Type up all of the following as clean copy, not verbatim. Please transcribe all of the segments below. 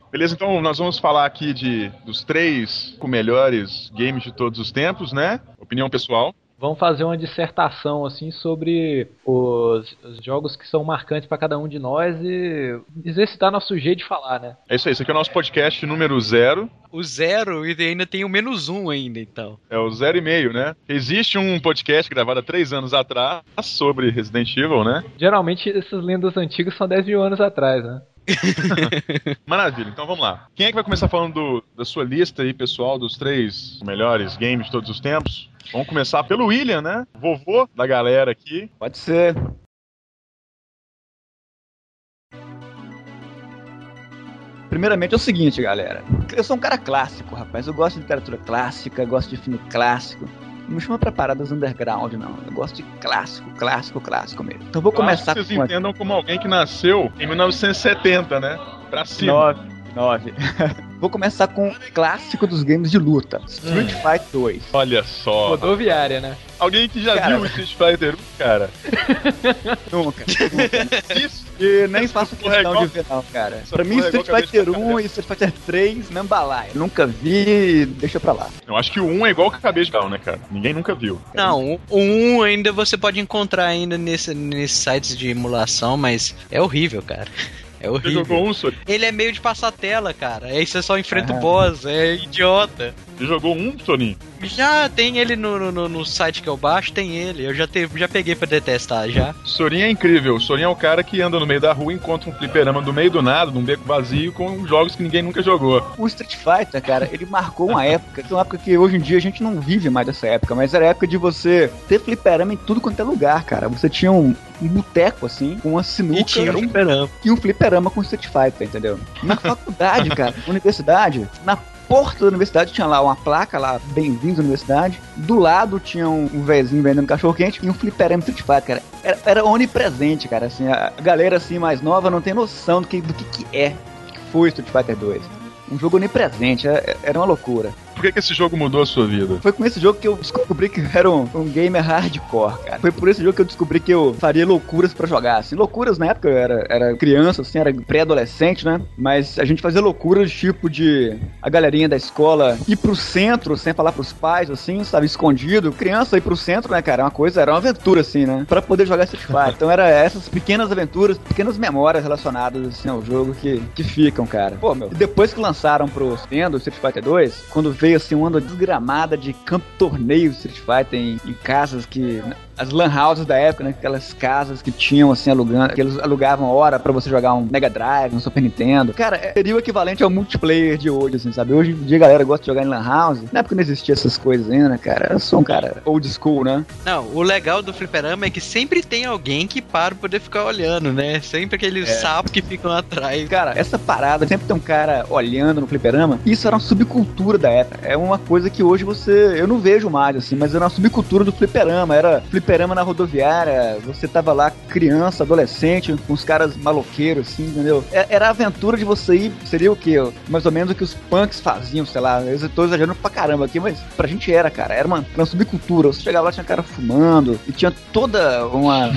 Beleza, então nós vamos falar aqui dos três melhores games de todos os tempos, né? Opinião pessoal. Vamos fazer uma dissertação assim sobre os jogos que são marcantes para cada um de nós e exercitar nosso jeito de falar, né? É isso aí, esse aqui é o nosso podcast número 0. O 0 e ainda tem o -1 ainda, então. É o 0,5, né? Existe um podcast gravado há 3 anos atrás sobre Resident Evil, né? Geralmente essas lendas antigas são 10 mil anos atrás, né? Maravilha, então vamos lá. Quem é que vai começar falando da sua lista aí, pessoal, dos 3 melhores games de todos os tempos? Vamos começar pelo William, né? Vovô da galera aqui. Pode ser. Primeiramente é o seguinte, galera. Eu sou um cara clássico, rapaz. Eu gosto de literatura clássica, gosto de filme clássico. Não me chama pra paradas underground, não. Eu gosto de clássico mesmo. Então vou começar com... Vocês entendam como alguém que nasceu em 1970, né? Pra cima. 9. Vou começar com o clássico dos games de luta. Street Fighter 2. Olha só. Rodoviária, né? Alguém que já viu o Street Fighter 1, cara? Nunca. Isso. E nem faço questão de ver, não, cara. Pra mim, Street Fighter 1 e Street Fighter 3, mesmo balaio. Nunca vi, deixa pra lá. Eu acho que o 1 é igual o cabeça de gal, né, cara? Ninguém nunca viu. Não, o 1 ainda você pode encontrar ainda nesses sites de emulação, mas é horrível, cara. É horrível. Você jogou um, Sorin? Ele é meio de passatela, cara. Aí você só enfrenta o boss, é idiota. Você jogou um, Sorin? Já tem ele no site que eu baixo, tem ele. Eu já peguei pra detestar, já. Sorin é incrível. Sorin é o cara que anda no meio da rua e encontra um fliperama do meio do nada, num beco vazio, com jogos que ninguém nunca jogou. O Street Fighter, cara, ele marcou uma época que hoje em dia a gente não vive mais dessa época, mas era a época de você ter fliperama em tudo quanto é lugar, cara. Você tinha um boteco, assim, com uma sinuca e tinha um fliperama. E um fliperama com Street Fighter, entendeu? Na faculdade, cara, na universidade, na porta da universidade tinha lá uma placa lá, bem-vindos à universidade. Do lado tinha um vezinho vendendo cachorro-quente e um fliperama Street Fighter, cara. Era onipresente, cara, assim, a galera assim mais nova não tem noção do que foi Street Fighter 2. Um jogo onipresente, era uma loucura. Por que esse jogo mudou a sua vida? Foi com esse jogo que eu descobri que eu era um gamer hardcore, cara. Foi por esse jogo que eu descobri que eu faria loucuras pra jogar, assim. Loucuras na época, eu era criança, assim, era pré-adolescente, né? Mas a gente fazia loucuras tipo de a galerinha da escola ir pro centro, sem falar pros pais, assim, sabe, escondido. Criança ir pro centro, né, cara, era uma aventura, assim, né? Pra poder jogar Street Fighter. Então era essas pequenas aventuras, pequenas memórias relacionadas, assim, ao jogo que ficam, cara. Pô, meu, e depois que lançaram pro Nintendo, Street Fighter 2, quando veio assim uma onda desgramada de campo torneio de Street Fighter em casas que... As lan houses da época, né? Aquelas casas que tinham, assim, alugando, que eles alugavam hora pra você jogar um Mega Drive, um Super Nintendo. Cara, seria o equivalente ao multiplayer de hoje, assim, sabe? Hoje em dia a galera gosta de jogar em lan house. Na época não existia essas coisas ainda, né, cara? Eu sou um cara old school, né? Não, o legal do fliperama é que sempre tem alguém que para pra poder ficar olhando, né? Sempre aqueles sapos que ficam atrás. Cara, essa parada, sempre tem um cara olhando no fliperama. Isso era uma subcultura da época. É uma coisa que hoje eu não vejo mais, assim, mas era uma subcultura do fliperama. Era fliperama na rodoviária, você tava lá criança, adolescente, com os caras maloqueiros, assim, entendeu? Era a aventura de você ir, seria o quê? Mais ou menos o que os punks faziam, sei lá, eu tô exagerando pra caramba aqui, mas pra gente era, cara, era uma subcultura. Você chegava lá, tinha cara fumando, e tinha toda uma...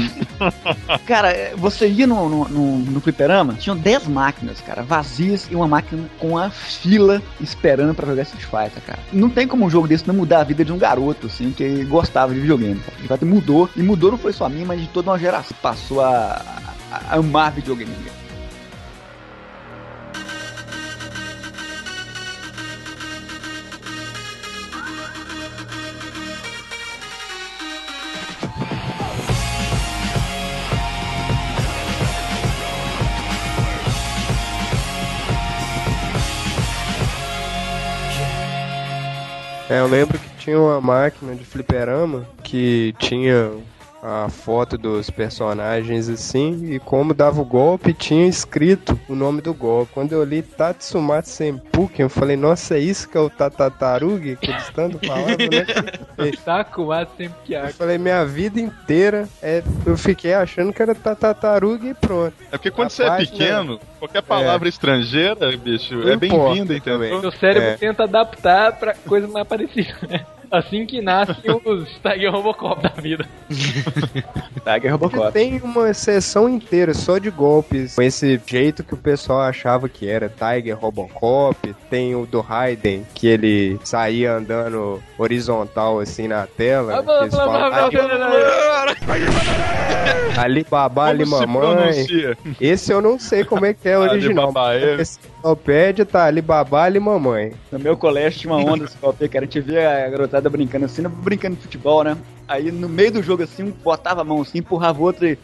Cara, você ia no fliperama, tinham 10 máquinas, cara, vazias, e uma máquina com a fila esperando pra jogar Street Fighter, cara. Não tem como um jogo desse não mudar a vida de um garoto, assim, que gostava de videogame, cara. De fato, mudou, e mudou não foi só a mim, mas de toda uma geração. Passou a amar videogame. Eu lembro que tinha uma máquina de fliperama que tinha a foto dos personagens assim, e como dava o golpe, tinha escrito o nome do golpe. Quando eu li Tatsumatsu Senpuken, eu falei, nossa, é isso que é o Tatatarugi? Que eles tanto falavam, né? Takumatsu Senpuken. Eu falei, minha vida inteira, eu fiquei achando que era Tatatarugi e pronto. É porque quando você é pequeno, qualquer palavra estrangeira, bicho, é bem-vinda, entendeu? Seu cérebro tenta adaptar pra coisa mais parecida, né? Assim que nascem os Tiger Robocop da vida. Tiger Robocop. Tem uma sessão inteira só de golpes, com esse jeito que o pessoal achava que era Tiger Robocop. Tem o do Raiden, que ele saía andando horizontal assim na tela. que eles falam, Alibaba, Alimamãe. Esse eu não sei como é que é o original. Esse enciclopédia tá Alibaba, Alimamãe. No meu colégio tinha uma onda enciclopédia, cara. A gente via a garotada brincando assim, brincando de futebol, né? Aí no meio do jogo assim, um botava a mão assim, empurrava o outro e...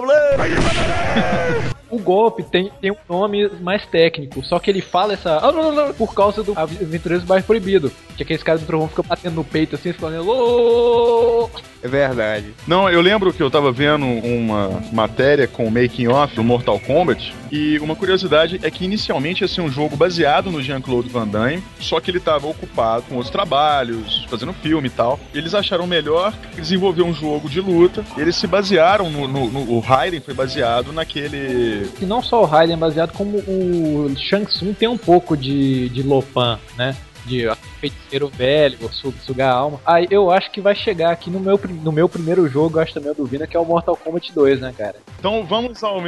O golpe tem um nome mais técnico, só que ele fala essa... por causa do Aventureiros do Bairro Proibido. Que aqueles caras do trovão ficam batendo no peito assim, falando... É verdade. Não, eu lembro que eu tava vendo uma matéria com o making off do Mortal Kombat, e uma curiosidade é que inicialmente ia ser um jogo baseado no Jean-Claude Van Damme, só que ele tava ocupado com outros trabalhos, fazendo filme e tal. E eles acharam melhor desenvolver um jogo de luta. Eles se basearam o Raiden foi baseado naquele... E não só o Raiden é baseado, como o Shang Tsung tem um pouco de Lopan, né? De feiticeiro velho, sugar a alma. Aí eu acho que vai chegar aqui no meu primeiro jogo, eu acho também do Vina, que é o Mortal Kombat 2, né, cara? Então vamos ao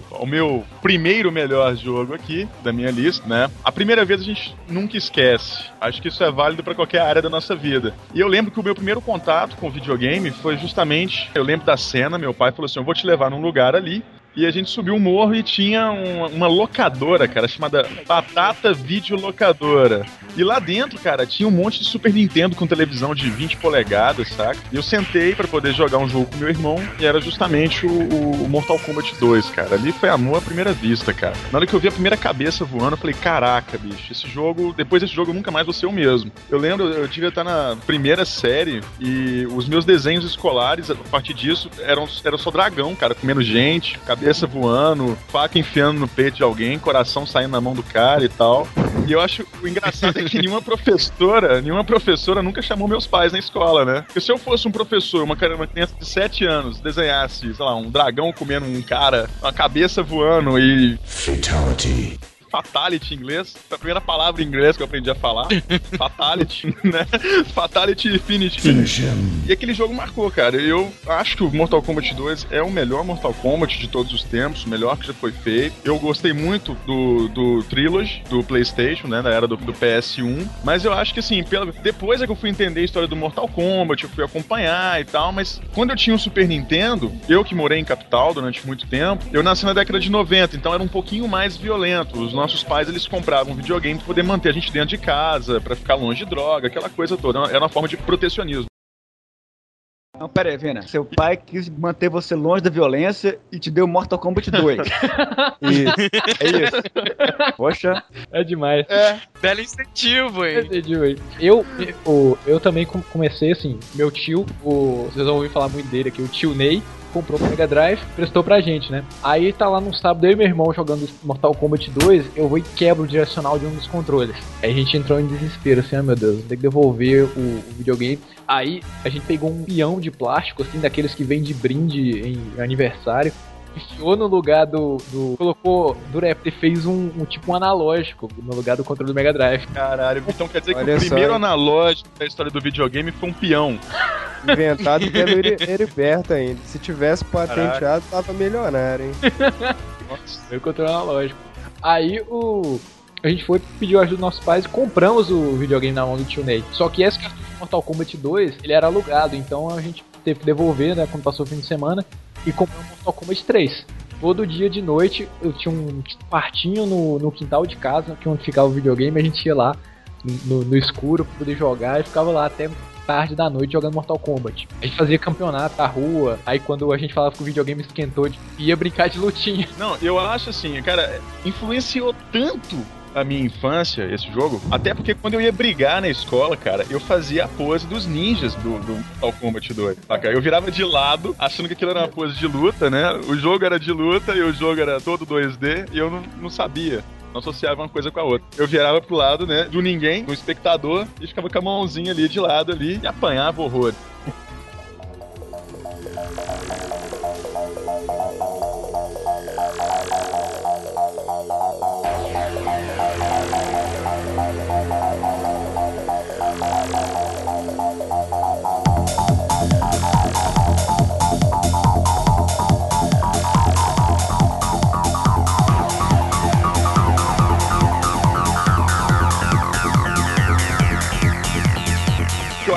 meu primeiro melhor jogo aqui, da minha lista, né? A primeira vez a gente nunca esquece. Acho que isso é válido pra qualquer área da nossa vida. E eu lembro que o meu primeiro contato com o videogame foi justamente... Eu lembro da cena, meu pai falou assim, eu vou te levar num lugar ali. E a gente subiu um morro e tinha uma locadora, cara, chamada Batata Videolocadora. E lá dentro, cara, tinha um monte de Super Nintendo com televisão de 20 polegadas, saca? E eu sentei pra poder jogar um jogo com meu irmão, e era justamente o Mortal Kombat 2, cara. Ali foi amor à primeira vista, cara. Na hora que eu vi a primeira cabeça voando, eu falei, caraca, bicho, depois desse jogo eu nunca mais vou ser o mesmo. Eu lembro, eu devia estar na primeira série, e os meus desenhos escolares, a partir disso, eram só dragão, cara, comendo gente, cabeça voando, faca enfiando no peito de alguém, coração saindo na mão do cara e tal. E eu acho o engraçado é que nenhuma professora nunca chamou meus pais na escola, né? Porque se eu fosse um professor, uma criança de 7 anos, desenhasse, sei lá, um dragão comendo um cara, uma cabeça voando e... Fatality. Fatality em inglês, foi a primeira palavra em inglês que eu aprendi a falar. Fatality, né? Fatality Finish. E aquele jogo marcou, cara. Eu acho que o Mortal Kombat 2 é o melhor Mortal Kombat de todos os tempos, o melhor que já foi feito. Eu gostei muito do Trilogy, do PlayStation, né? Da era do PS1. Mas eu acho que, assim, depois é que eu fui entender a história do Mortal Kombat, eu fui acompanhar e tal, mas quando eu tinha um Super Nintendo, eu que morei em capital durante muito tempo, eu nasci na década de 90, então era um pouquinho mais violento. Os nossos pais, eles compravam um videogame pra poder manter a gente dentro de casa, pra ficar longe de droga, aquela coisa toda. Era uma forma de protecionismo. Não, pera aí, Vina. Seu pai quis manter você longe da violência e te deu Mortal Kombat 2. Isso. É isso. Poxa. É demais. Belo incentivo, hein? Eu também comecei assim, meu tio, vocês vão ouvir falar muito dele aqui, o tio Ney, comprou o Mega Drive, prestou pra gente, né? Aí tá lá no sábado, eu e meu irmão jogando Mortal Kombat 2, eu vou e quebro o direcional de um dos controles. Aí a gente entrou em desespero, assim, meu Deus, tem que devolver o videogame. Aí a gente pegou um peão de plástico, assim, daqueles que vem de brinde em aniversário, enfiou no lugar colocou Durep e fez um tipo um analógico no lugar do controle do Mega Drive. Caralho, então quer dizer que o primeiro analógico da história do videogame foi um peão. Inventado pelo Heriberto ainda. Se tivesse patenteado, tava milionário, hein? Nossa, foi o controle analógico. Aí a gente foi pedir ajuda dos nossos pais e compramos o videogame na mão do tio Ney. Só que esse cartucho Mortal Kombat 2, ele era alugado, então a gente teve que devolver, né, quando passou o fim de semana, e compramos o Mortal Kombat 3. Todo dia de noite eu tinha um quartinho no quintal de casa, que onde ficava o videogame, a gente ia lá no escuro pra poder jogar e ficava lá até tarde da noite jogando Mortal Kombat. A gente fazia campeonato na rua, aí quando a gente falava que o videogame esquentou, ia brincar de lutinha. Não, eu acho assim, cara, influenciou tanto a minha infância, esse jogo, até porque quando eu ia brigar na escola, cara, eu fazia a pose dos ninjas do Mortal Kombat 2, saca? Eu virava de lado, achando que aquilo era uma pose de luta, né? O jogo era de luta e o jogo era todo 2D e eu não sabia. Não associava uma coisa com a outra. Eu virava pro lado, né, do ninguém, do espectador, e ficava com a mãozinha ali de lado ali e apanhava horror.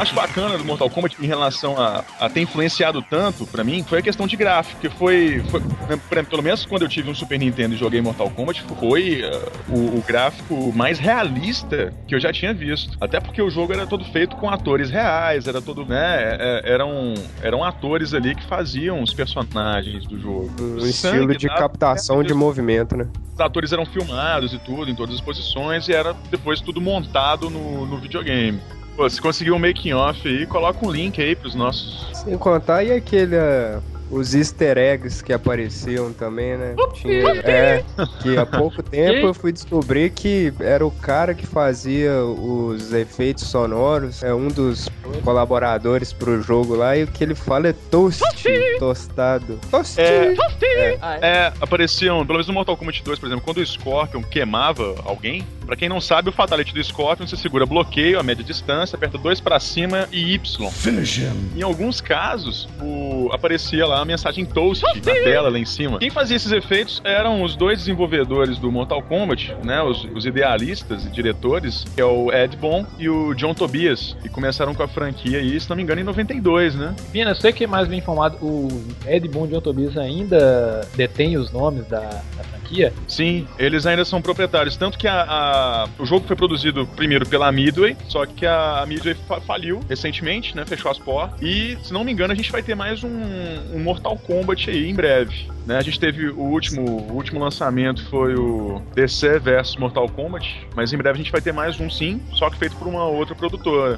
acho bacana do Mortal Kombat em relação a ter influenciado tanto pra mim foi a questão de gráfico, que foi pelo menos quando eu tive um Super Nintendo e joguei Mortal Kombat, foi o gráfico mais realista que eu já tinha visto. Até porque o jogo era todo feito com atores reais, era todo, né, eram atores ali que faziam os personagens do jogo. Um estilo de captação de movimento, né? Os atores eram filmados e tudo, em todas as posições, e era depois tudo montado no videogame. Pô, se conseguir um making off aí, coloca um link aí pros nossos... Sem contar, e aquele... os easter eggs que apareciam também, né? Que há pouco tempo eu fui descobrir que era o cara que fazia os efeitos sonoros, é um dos colaboradores pro jogo lá, e o que ele fala é toast, tostado. Toast! Apareciam, pelo menos no Mortal Kombat 2, por exemplo, quando o Scorpion queimava alguém, pra quem não sabe, o Fatality do Scorpion, você segura bloqueio a média distância, aperta 2 pra cima e Y. Finish him. Em alguns casos, aparecia lá a mensagem toast na tela lá em cima. Quem fazia esses efeitos eram os dois desenvolvedores do Mortal Kombat, né, os idealistas e diretores, que é o Ed Boon e o John Tobias, e começaram com a franquia aí, se não me engano, em 92, né? Pina, você que é mais bem informado, o Ed Boon e o John Tobias ainda detém os nomes da franquia? Sim, eles ainda são proprietários, tanto que o jogo foi produzido primeiro pela Midway, só que a Midway faliu recentemente, né, fechou as portas, e, se não me engano, a gente vai ter mais um Mortal Kombat aí em breve, né? A gente teve o último lançamento foi o DC vs Mortal Kombat, mas em breve a gente vai ter mais um sim, só que feito por uma outra produtora.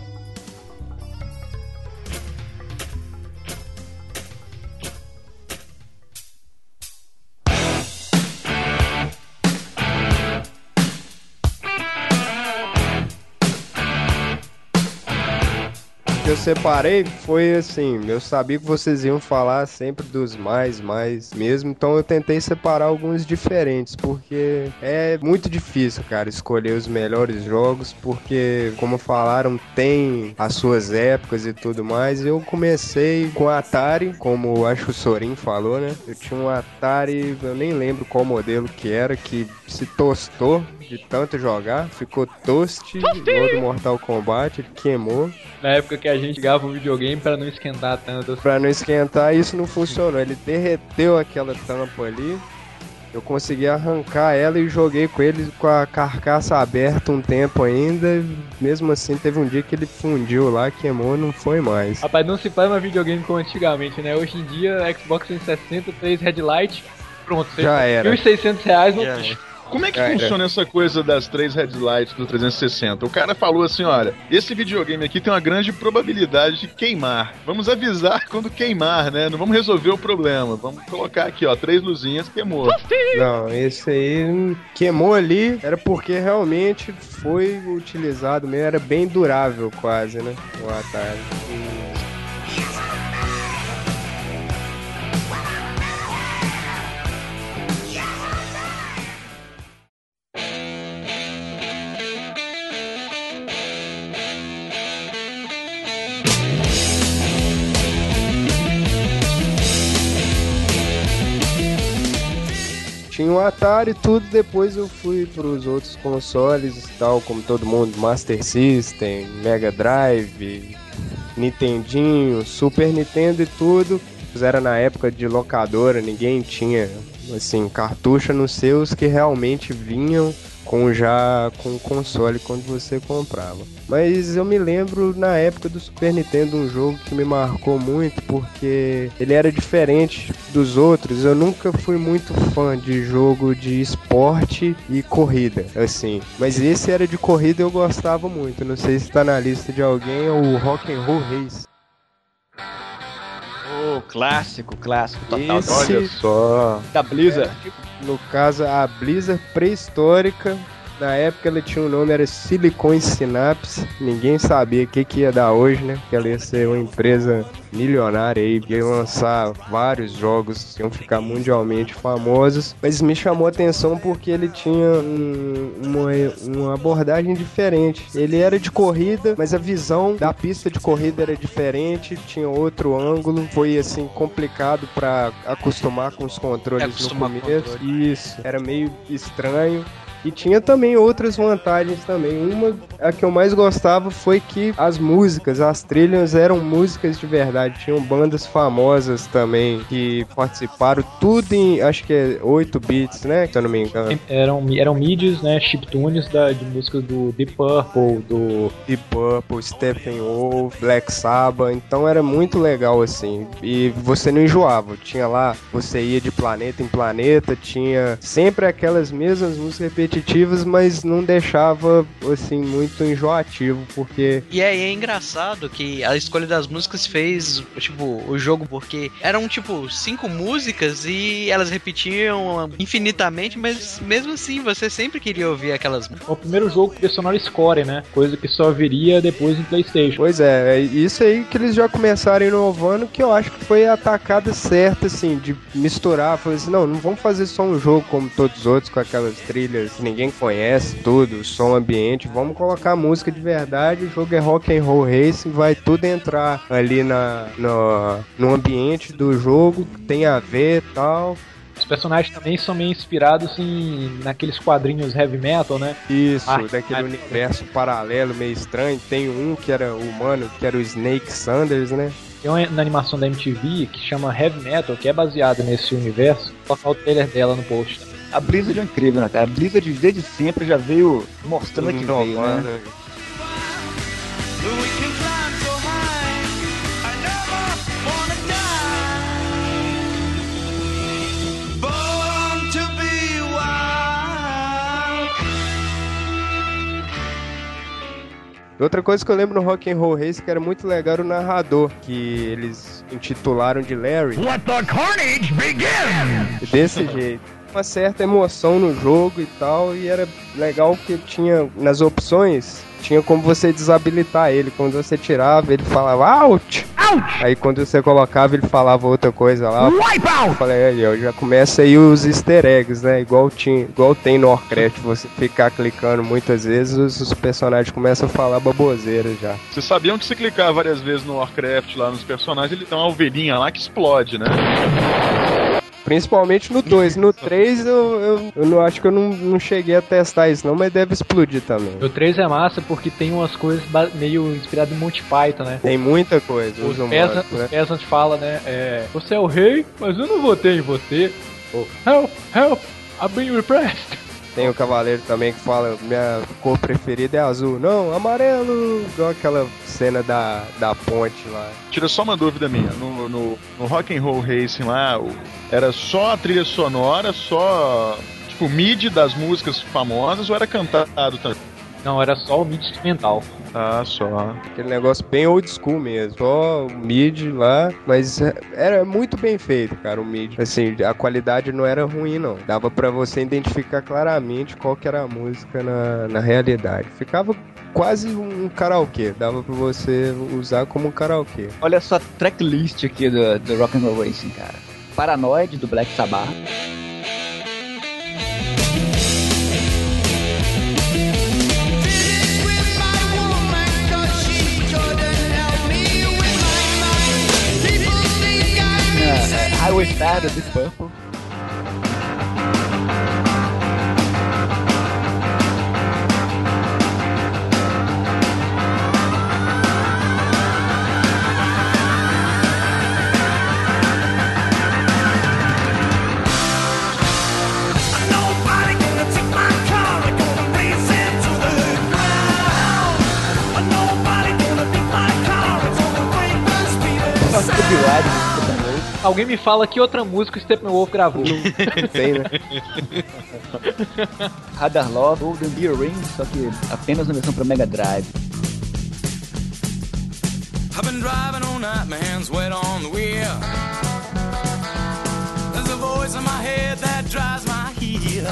Que eu separei foi assim, eu sabia que vocês iam falar sempre dos mais mesmo, então eu tentei separar alguns diferentes, porque é muito difícil, cara, escolher os melhores jogos, porque, como falaram, tem as suas épocas e tudo mais. Eu comecei com a Atari, como acho que o Sorin falou, né? Eu tinha um Atari, eu nem lembro qual modelo que era, que se tostou de tanto jogar, ficou toast, igual do Mortal Kombat, ele queimou. Na época que a gente ligava o videogame pra não esquentar tanto. Pra não esquentar, isso não funcionou. Ele derreteu aquela tampa ali. Eu consegui arrancar ela e joguei com ele com a carcaça aberta um tempo ainda. Mesmo assim, teve um dia que ele fundiu lá, queimou, não foi mais. Rapaz, não se faz mais videogame como antigamente, né? Hoje em dia, Xbox 360, 3 headlight, pronto. Já era. E os R$600 não tem. Como é que funciona essa coisa das 3 headlights do 360? O cara falou assim, olha, esse videogame aqui tem uma grande probabilidade de queimar. Vamos avisar quando queimar, né? Não vamos resolver o problema. Vamos colocar aqui, ó, 3 luzinhas, queimou. Não, esse aí queimou ali, era porque realmente foi utilizado mesmo, era bem durável quase, né? O Atari. Tinha o Atari e tudo, depois eu fui pros outros consoles e tal, como todo mundo, Master System, Mega Drive, Nintendinho, Super Nintendo e tudo. Era na época de locadora, ninguém tinha, assim, cartucho, a não ser os que realmente vinham com o console quando você comprava. Mas eu me lembro na época do Super Nintendo um jogo que me marcou muito porque ele era diferente dos outros. Eu nunca fui muito fã de jogo de esporte e corrida, assim. Mas esse era de corrida e eu gostava muito. Não sei se tá na lista de alguém, é o Rock'n'Roll Race. Clássico total. Esse, olha só. Da Blizzard. No caso, a Blizzard pré-histórica. Na época ela tinha um nome, era Silicon Synapse. Ninguém sabia o que ia dar hoje, né? Porque ela ia ser uma empresa milionária aí, ia lançar vários jogos, iam ficar mundialmente famosos. Mas me chamou a atenção porque ele tinha uma abordagem diferente. Ele era de corrida, mas a visão da pista de corrida era diferente, tinha outro ângulo. Foi assim complicado pra acostumar com os controles no começo. Isso, era meio estranho. E tinha também outras vantagens também. Uma, a que eu mais gostava foi que as músicas, as trilhas eram músicas de verdade. Tinham bandas famosas também que participaram, tudo em, acho que é 8 bits, né? Se eu não me engano. Eram midis, né? Chiptunes de músicas do Deep Purple, do Deep Purple, Steppenwolf, Black Sabbath. Então era muito legal assim. E você não enjoava. Tinha lá, você ia de planeta em planeta, tinha sempre aquelas mesmas músicas repetitivas, mas não deixava assim muito enjoativo, porque... E aí é engraçado que a escolha das músicas fez, tipo, o jogo, porque eram, tipo, 5 músicas e elas repetiam infinitamente, mas mesmo assim você sempre queria ouvir aquelas músicas. o primeiro jogo de Sonora Score, né? Coisa que só viria depois em PlayStation. Pois é isso aí que eles já começaram inovando, que eu acho que foi a tacada certa, assim, de misturar. Falei assim, não vamos fazer só um jogo como todos os outros, com aquelas trilhas que ninguém conhece, tudo, som ambiente, vamos colocar música de verdade, o jogo é Rock and Roll Racing, vai tudo entrar ali no ambiente do jogo, tem a ver e tal. Os personagens também são meio inspirados naqueles quadrinhos heavy metal, né? Isso, daquele universo paralelo meio estranho. Tem um que era humano, que era o Snake Sanders, né? Tem uma na animação da MTV que chama Heavy Metal, que é baseada nesse universo. Vou colocar o trailer dela no post. A Blizzard é incrível, né, cara? A Blizzard desde sempre já veio mostrando que veio, né? Outra coisa que eu lembro no Rock and Roll Race que era muito legal era o narrador, que eles intitularam de Larry. Let the carnage begin! Desse jeito. Uma certa emoção no jogo e tal, e era legal que tinha nas opções, tinha como você desabilitar ele. Quando você tirava, ele falava out! Aí quando você colocava, ele falava outra coisa lá. Eu falei, aí, já começa aí os easter eggs, né? Igual tem no Warcraft, você ficar clicando muitas vezes, os personagens começam a falar baboseira já. Vocês sabiam que se clicar várias vezes no Warcraft lá nos personagens, ele tem uma ovelhinha lá que explode, né? Principalmente no 2. No 3 eu não acho que eu não cheguei a testar isso não, mas deve explodir também. O 3 é massa porque tem umas coisas meio inspiradas em Monty Python, né? Tem muita coisa. Os peasants falam, né? Você é o rei, mas eu não votei em você. Ou, help, I'm being repressed. Tem o cavaleiro também que fala, minha cor preferida é azul. Não, amarelo. Igual aquela cena da ponte lá. Tira só uma dúvida minha. No Rock and Roll Racing lá, era só a trilha sonora, só tipo MIDI das músicas famosas, ou era cantado também? Não, era só o MIDI instrumental. Ah, só. Aquele negócio bem old school mesmo. Só o MIDI lá, mas era muito bem feito, cara, o MIDI. Assim, a qualidade não era ruim, não. Dava pra você identificar claramente qual que era a música na realidade. Ficava quase um karaokê. Dava pra você usar como um karaokê. Olha só a tracklist aqui do Rock and Roll Racing, cara. Paranoid, do Black Sabbath. Highway Star, do Deep Purple. Alguém me fala que outra música o Steppenwolf gravou. Tem, né? Radar Love, Golden Beer Ring, só que apenas na versão para Mega Drive. I've been driving all night, my hands wet on the wheel. There's a voice in my head that drives my heel.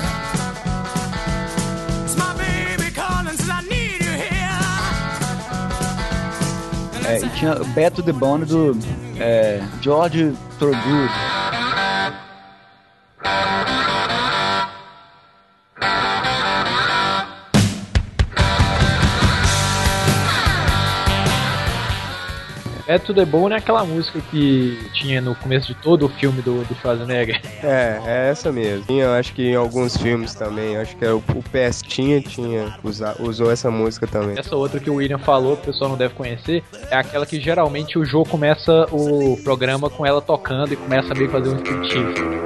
It's my baby calling, says I need you here. E tinha Bad to the Bone do George Thorogood. Bad to the Bone é aquela música que tinha no começo de todo o filme do Schwarzenegger. É essa mesmo. Eu acho que em alguns filmes também, acho que o Pestinha usou essa música também. Essa outra que o William falou, que o pessoal não deve conhecer, é aquela que geralmente o Joe começa o programa com ela tocando e começa a meio que fazer um striptease.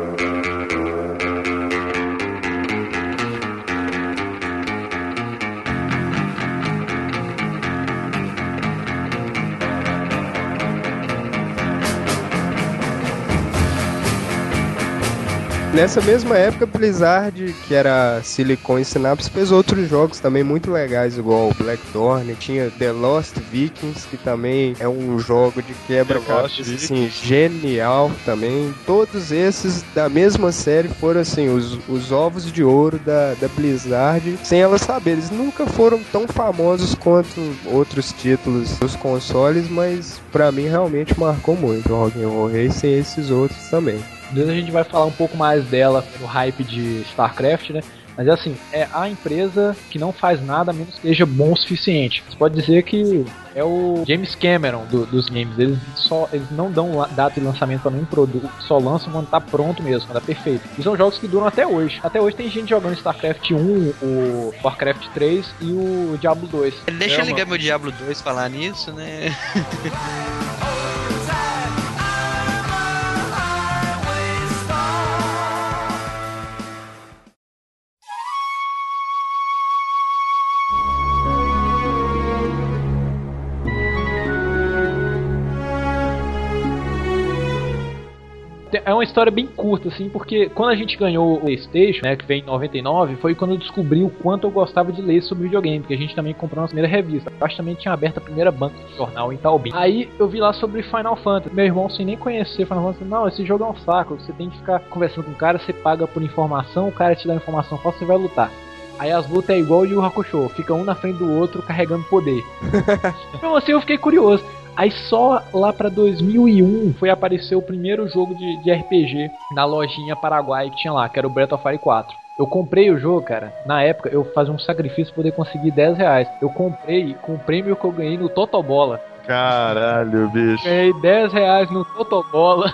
Nessa mesma época, Blizzard, que era Silicon e Synapse, fez outros jogos também muito legais, igual Blackthorn. Tinha The Lost Vikings, que também é um jogo de quebra-cabeça, assim, genial também. Todos esses da mesma série foram, assim, os ovos de ouro da Blizzard, sem ela saber. Eles nunca foram tão famosos quanto outros títulos dos consoles, mas pra mim realmente marcou muito o Rock'n'Roll Racing e esses outros também. Depois a gente vai falar um pouco mais dela no hype de StarCraft, né? Mas assim, é a empresa que não faz nada a menos que seja bom o suficiente. Você pode dizer que é o James Cameron dos games. Eles não dão data de lançamento para nenhum produto, só lançam quando tá pronto mesmo, quando tá perfeito. E são jogos que duram até hoje. Até hoje tem gente jogando StarCraft 1, o Warcraft 3 e o Diablo 2. Deixa eu ligar meu Diablo 2 falar nisso, né? É uma história bem curta, assim, porque quando a gente ganhou o PlayStation, né, que veio em 99, foi quando eu descobri o quanto eu gostava de ler sobre videogame, porque a gente também comprou a primeira revista. Eu acho que também tinha aberto a primeira banca de jornal em Taubim. Aí eu vi lá sobre Final Fantasy. Meu irmão, sem nem conhecer Final Fantasy, não, esse jogo é um saco, você tem que ficar conversando com o cara, você paga por informação, o cara te dá informação falsa, você vai lutar. Aí as lutas é igual o Yu Hakusho, fica um na frente do outro carregando poder. Então assim, eu fiquei curioso. Aí só lá pra 2001 foi aparecer o primeiro jogo de RPG na lojinha Paraguai que tinha lá, que era o Breath of Fire 4. Eu comprei o jogo, cara, na época eu fazia um sacrifício pra poder conseguir R$10. Eu comprei com o prêmio que eu ganhei no Totobola. Caralho, bicho. Ganhei R$10 no Totobola.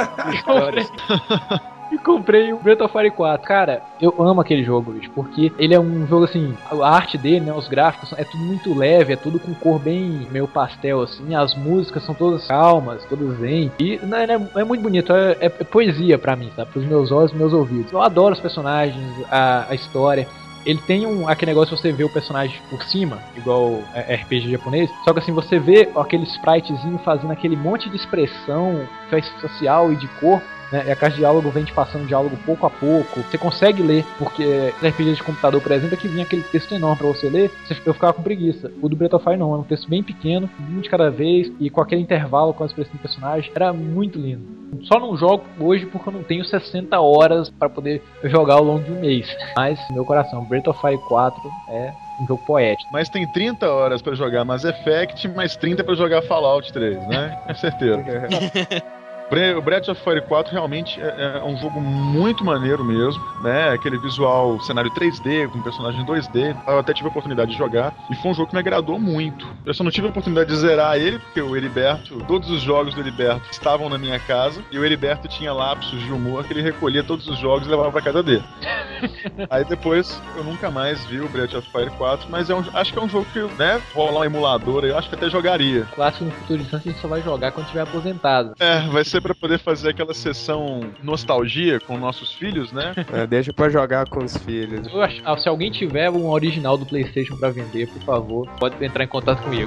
E comprei o Breath of Fire 4. Cara, eu amo aquele jogo, bicho, porque ele é um jogo assim, a arte dele, né, os gráficos, é tudo muito leve, é tudo com cor bem meio pastel, assim, as músicas são todas calmas, todas zen, e né, é muito bonito, é poesia pra mim, sabe, pros meus olhos e meus ouvidos. Eu adoro os personagens, a história. Ele tem aquele negócio de você ver o personagem por cima, igual RPG japonês, só que assim, você vê aquele spritezinho fazendo aquele monte de expressão facial e de corpo, né? E a caixa de diálogo vem te passando diálogo pouco a pouco. Você consegue ler, porque no RPG de computador, por exemplo, é que vinha aquele texto enorme pra você ler, eu ficava com preguiça. O do Breath of Fire não, era um texto bem pequeno, um de cada vez, e com aquele intervalo com a expressão do personagem, era muito lindo. Só não jogo hoje porque eu não tenho 60 horas pra poder jogar ao longo de um mês. Mas, meu coração, Breath of Fire 4 é um jogo poético. Mas tem 30 horas pra jogar Mass Effect, mais 30 pra jogar Fallout 3, né? Com certeza. O Breath of Fire 4 realmente é um jogo muito maneiro mesmo, né? Aquele visual, cenário 3D, com personagem 2D. Eu até tive a oportunidade de jogar e foi um jogo que me agradou muito. Eu só não tive a oportunidade de zerar ele, porque o Heriberto, todos os jogos do Heriberto estavam na minha casa e o Heriberto tinha lapsos de humor que ele recolhia todos os jogos e levava pra casa dele. Aí depois eu nunca mais vi o Breath of Fire 4, mas acho que é um jogo que, né, rolar um emulador, eu acho que até jogaria. Clássico no futuro distante a gente só vai jogar quando tiver aposentado. Vai ser pra poder fazer aquela sessão nostalgia com nossos filhos, né? Deixa pra jogar com os filhos. Se alguém tiver um original do PlayStation pra vender, por favor, pode entrar em contato comigo.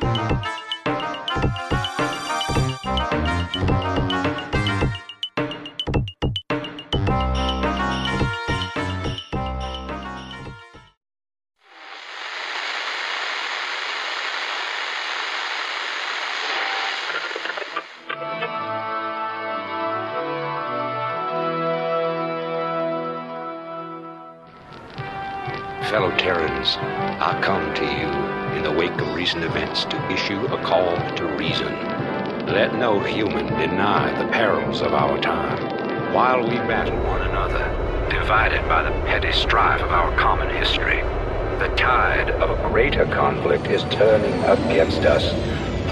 Fellow Terrans, I come to you in the wake of recent events to issue a call to reason. Let no human deny the perils of our time. While we battle one another, divided by the petty strife of our common history, the tide of a greater conflict is turning against us.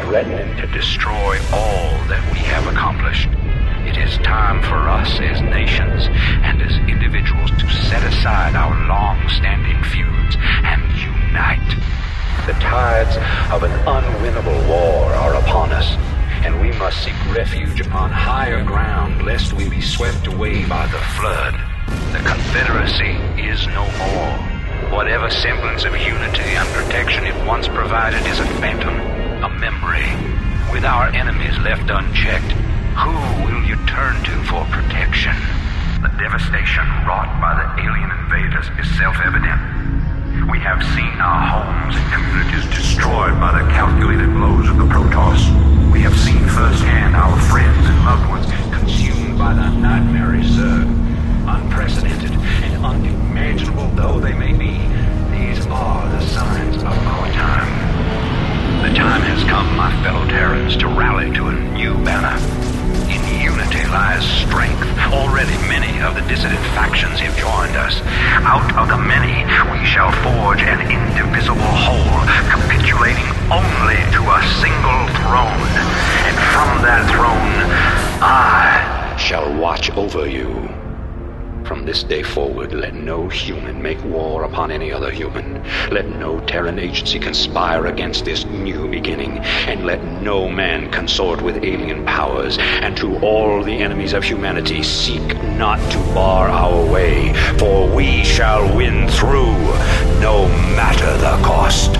threatening to destroy all that we have accomplished. It is time for us as nations and as individuals to set aside our long-standing feuds and unite. The tides of an unwinnable war are upon us, and we must seek refuge upon higher ground lest we be swept away by the flood. The Confederacy is no more. Whatever semblance of unity and protection it once provided is a phantom, a memory. With our enemies left unchecked, who will you turn to for protection? The devastation wrought by the alien invaders is self-evident. We have seen our homes and communities destroyed by the calculated blows of the Protoss. We have seen firsthand our friends and loved ones consumed by the nightmare Zerg. Unprecedented and unimaginable though they may be, these are the signs of our time. The time has come, my fellow Terrans, to rally to a new banner. In unity lies strength. Already many of the dissident factions have joined us. Out of the many, we shall forge an indivisible whole, capitulating only to a single throne. And from that throne, I shall watch over you. From this day forward, let no human make war upon any other human. Let no Terran agency conspire against this new beginning. And let no man consort with alien powers. And to all the enemies of humanity, seek not to bar our way, for we shall win through, no matter the cost.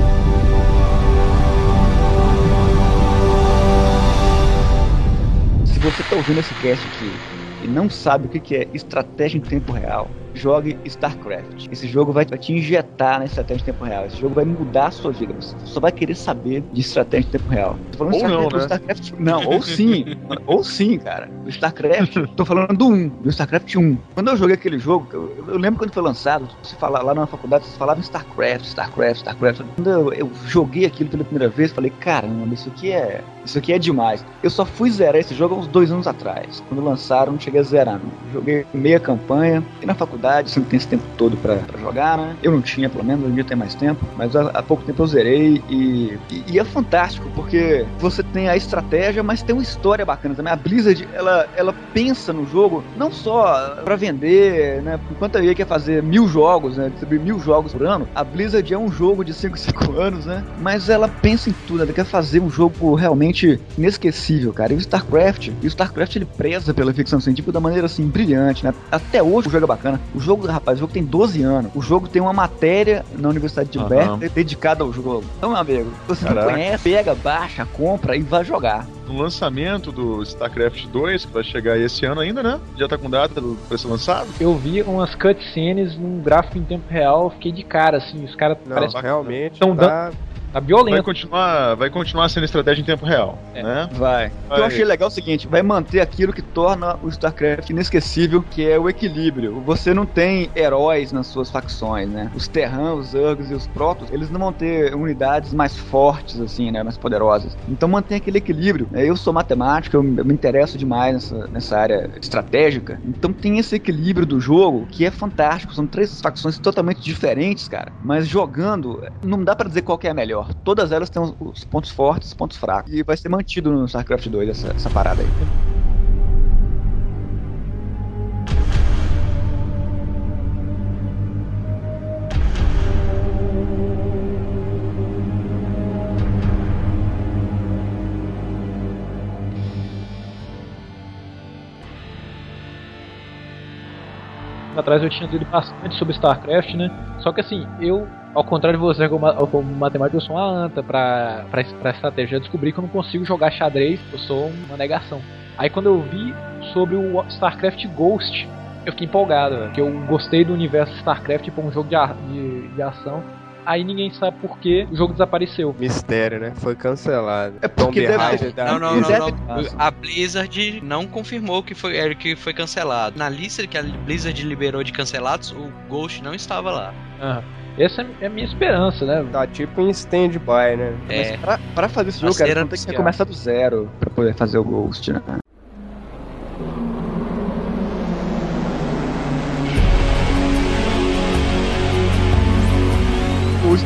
Se você tá ouvindo esse cast aqui e não sabe o que é estratégia em tempo real, jogue StarCraft. Esse jogo vai te injetar na estratégia em tempo real. Esse jogo vai mudar a sua vida. Você só vai querer saber de estratégia em tempo real. Tô falando ou não, né? StarCraft. Não, ou sim. Ou sim, cara. O StarCraft, tô falando do StarCraft 1. Quando eu joguei aquele jogo, eu lembro quando foi lançado, você fala, lá na faculdade, você falava em StarCraft. Quando eu joguei aquilo pela primeira vez, falei, caramba, isso aqui é demais. Eu só fui zerar esse jogo há uns 2 anos atrás. Quando lançaram, não cheguei a zerar, não. Joguei meia campanha, e na faculdade você não tem esse tempo todo pra jogar, né? Eu não tinha, pelo menos, hoje em dia tem mais tempo, mas há pouco tempo eu zerei e é fantástico, porque você tem a estratégia, mas tem uma história bacana também. A Blizzard, ela pensa no jogo não só pra vender, né? Enquanto a EA quer fazer 1000 jogos, né? Distribuir 1000 jogos por ano, a Blizzard é um jogo de 5 anos, né? Mas ela pensa em tudo, ela quer fazer um jogo realmente inesquecível, cara. E o StarCraft ele preza pela ficção científica da maneira, assim, brilhante, né? Até hoje o jogo é bacana. O jogo tem 12 anos. O jogo tem uma matéria na Universidade de Berkeley dedicada ao jogo. Então, meu amigo, você não conhece, pega, baixa, compra e vai jogar. No lançamento do StarCraft 2, que vai chegar esse ano ainda, né? Já tá com data pra ser lançado? Eu vi umas cutscenes num gráfico em tempo real, fiquei de cara, assim, os caras parecem realmente estão dando... Tá violento. Vai continuar sendo estratégia em tempo real, né? Vai. O que eu achei legal é o seguinte, vai manter aquilo que torna o StarCraft inesquecível, que é o equilíbrio. Você não tem heróis nas suas facções, né? Os Terrans, os Zergs e os Protoss, eles não vão ter unidades mais fortes, assim, né? Mais poderosas. Então mantém aquele equilíbrio. Eu sou matemático, eu me interesso demais nessa área estratégica. Então tem esse equilíbrio do jogo que é fantástico. São 3 facções totalmente diferentes, cara. Mas jogando, não dá pra dizer qual que é a melhor. Todas elas têm os pontos fortes e os pontos fracos. E vai ser mantido no StarCraft 2 essa parada aí. Atrás eu tinha lido bastante sobre StarCraft, né? Só que assim, ao contrário de você, como matemático, eu sou uma anta pra estratégia. Eu descobri que eu não consigo jogar xadrez, eu sou uma negação. Aí quando eu vi sobre o StarCraft Ghost, eu fiquei empolgado, porque eu gostei do universo StarCraft por um jogo de ação. Aí ninguém sabe por que o jogo desapareceu. Mistério, né? Foi cancelado. É porque Não. A Blizzard não confirmou que foi cancelado. Na lista que a Blizzard liberou de cancelados, o Ghost não estava lá. Essa é a minha esperança, né? Tá tipo em stand-by, né? Mas pra fazer esse jogo, cara, tem que começar do zero pra poder fazer o Ghost, né?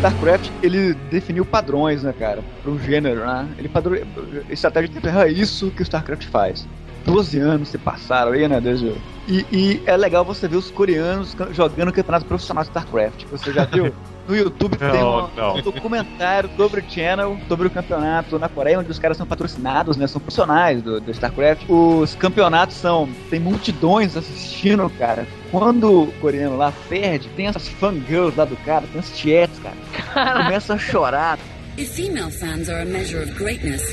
StarCraft, ele definiu padrões, né, cara, pro gênero, né? Estratégia de tempo, é isso que o StarCraft faz. 12 anos se passaram aí, né, desde... E é legal você ver os coreanos jogando campeonato profissional de StarCraft. Você já viu? No YouTube tem um documentário sobre o channel, sobre o campeonato na Coreia, onde os caras são patrocinados, né? São profissionais do StarCraft. Os campeonatos tem multidões assistindo, cara. Quando o coreano lá perde, tem essas fangirls lá do cara, tem as chats, cara. Começa a chorar. If female fans are a measure of greatness...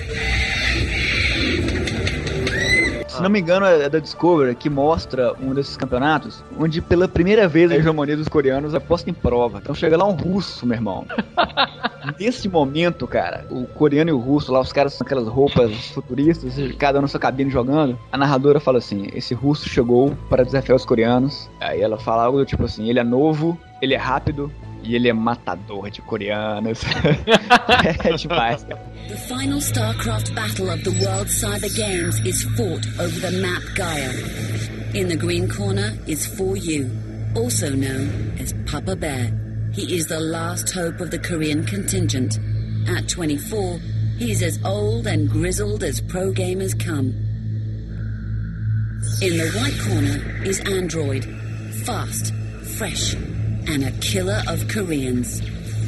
Se não me engano, é da Discovery, que mostra um desses campeonatos, onde pela primeira vez a hegemonia dos coreanos é posta em prova. Então chega lá um russo, meu irmão. Nesse momento, cara, o coreano e o russo lá, os caras com aquelas roupas futuristas, cada um na sua cabine jogando. A narradora fala assim, esse russo chegou para desafiar os coreanos. Aí ela fala algo do tipo assim, ele é novo, ele é rápido, e ele é matador de coreanos. É demais, cara. The final StarCraft battle of the World Cyber Games is fought over the map Gaia. In the green corner is 4U, also known as Papa Bear. He is the last hope of the Korean contingent. At 24, he is as old and grizzled as pro gamers come. In the white corner is Android, fast, fresh, and a killer of Koreans.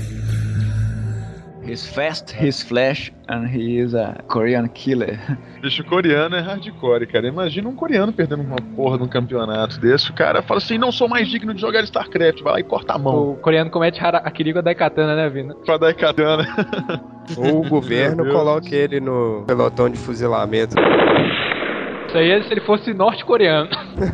He's fast, he's flash, and he is a Korean killer. Bicho, coreano é hardcore, cara. Imagina um coreano perdendo uma porra num campeonato desse. O cara fala assim, não sou mais digno de jogar StarCraft. Vai lá e corta a mão. O coreano comete harakiri com a Daikatana, né, Vina? Com a Daikatana. Ou o governo coloque ele no pelotão de fuzilamento. Isso aí é se ele fosse norte-coreano.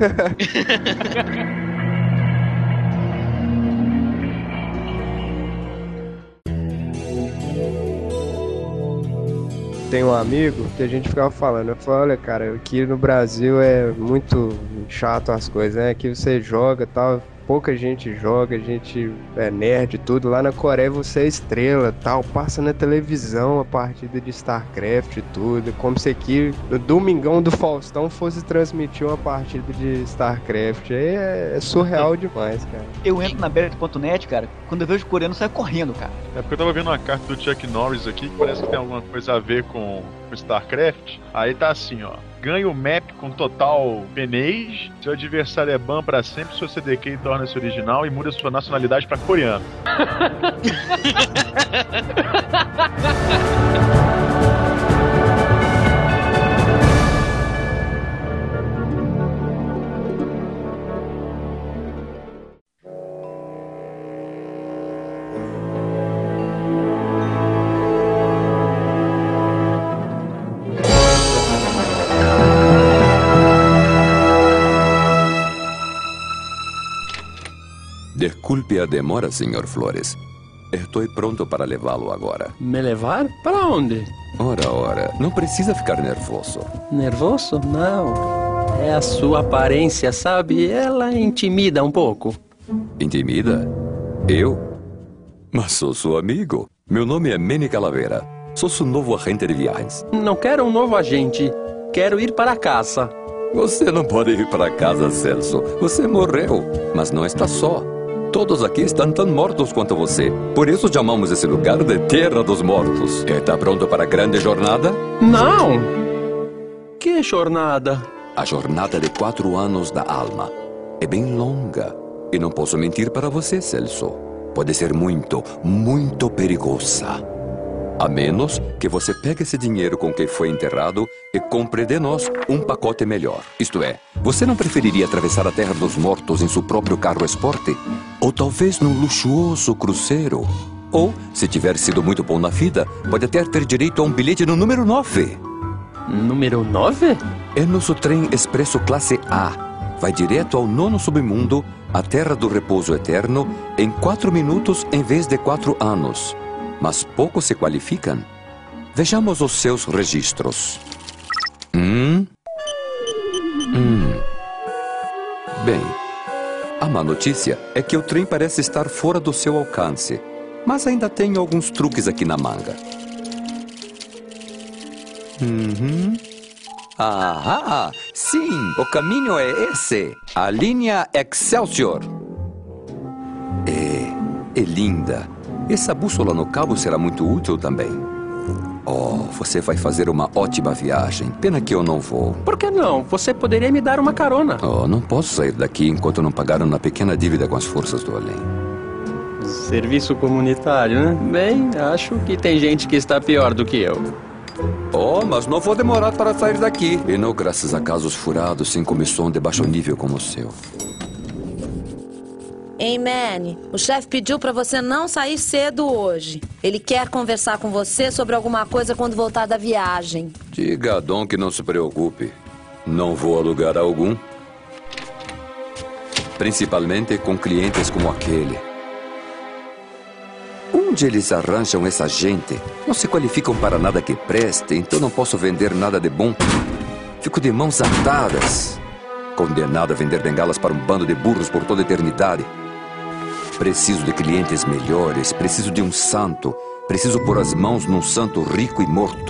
Tem um amigo que a gente ficava falando, eu falei, olha cara, aqui no Brasil é muito chato as coisas, né? Aqui você joga e tal, pouca gente joga, a gente é nerd e tudo. Lá na Coreia você é estrela tal, passa na televisão a partida de StarCraft e tudo, como se aqui no Domingão do Faustão fosse transmitir uma partida de StarCraft. Aí é surreal demais, cara. Eu entro na bet.net, cara, quando eu vejo o coreano sai correndo, cara. É porque eu tava vendo uma carta do Chuck Norris aqui, que parece que tem alguma coisa a ver com StarCraft. Aí tá assim, ó. Ganha o map com total penês. Seu adversário é ban pra sempre. Seu CDK torna-se original e muda sua nacionalidade pra coreano. Desculpe a demora, Sr. Flores. Estou pronto para levá-lo agora. Me levar? Para onde? Ora, não precisa ficar nervoso. Nervoso? Não. É a sua aparência, sabe? Ela intimida um pouco. Intimida? Eu? Mas sou seu amigo. Meu nome é Manny Calavera. Sou seu novo agente de viagens. Não quero um novo agente. Quero ir para casa. Você não pode ir para casa, Celso. Você morreu, mas não está só. Todos aqui estão tão mortos quanto você. Por isso chamamos esse lugar de Terra dos Mortos. Está pronto para a grande jornada? Não! Que jornada? A jornada de 4 anos da alma. É bem longa. E não posso mentir para você, Celso. Pode ser muito, muito perigosa. A menos que você pegue esse dinheiro com que foi enterrado e compre de nós um pacote melhor. Isto é, você não preferiria atravessar a Terra dos Mortos em seu próprio carro esporte? Ou talvez num luxuoso cruzeiro? Ou, se tiver sido muito bom na vida, pode até ter direito a um bilhete no número 9. Número 9? É nosso trem expresso classe A. Vai direto ao 9º submundo, a Terra do Repouso Eterno, em 4 minutos em vez de 4 anos. Mas poucos se qualificam. Vejamos os seus registros. Bem, a má notícia é que o trem parece estar fora do seu alcance, mas ainda tem alguns truques aqui na manga. Ahá, sim, o caminho é esse, a linha Excelsior. É linda. Essa bússola no cabo será muito útil também. Oh, você vai fazer uma ótima viagem. Pena que eu não vou. Por que não? Você poderia me dar uma carona. Oh, não posso sair daqui enquanto não pagar uma pequena dívida com as forças do além. Serviço comunitário, né? Bem, acho que tem gente que está pior do que eu. Oh, mas não vou demorar para sair daqui. E não graças a casos furados sem comissão de baixo nível como o seu. Ei, Manny, o chefe pediu pra você não sair cedo hoje. Ele quer conversar com você sobre alguma coisa quando voltar da viagem. Diga a Dom que não se preocupe. Não vou a lugar algum. Principalmente com clientes como aquele. Onde eles arranjam essa gente? Não se qualificam para nada que preste, então não posso vender nada de bom. Fico de mãos atadas. Condenado a vender bengalas para um bando de burros por toda a eternidade. Preciso de clientes melhores, preciso de um santo. Preciso pôr as mãos num santo rico e morto.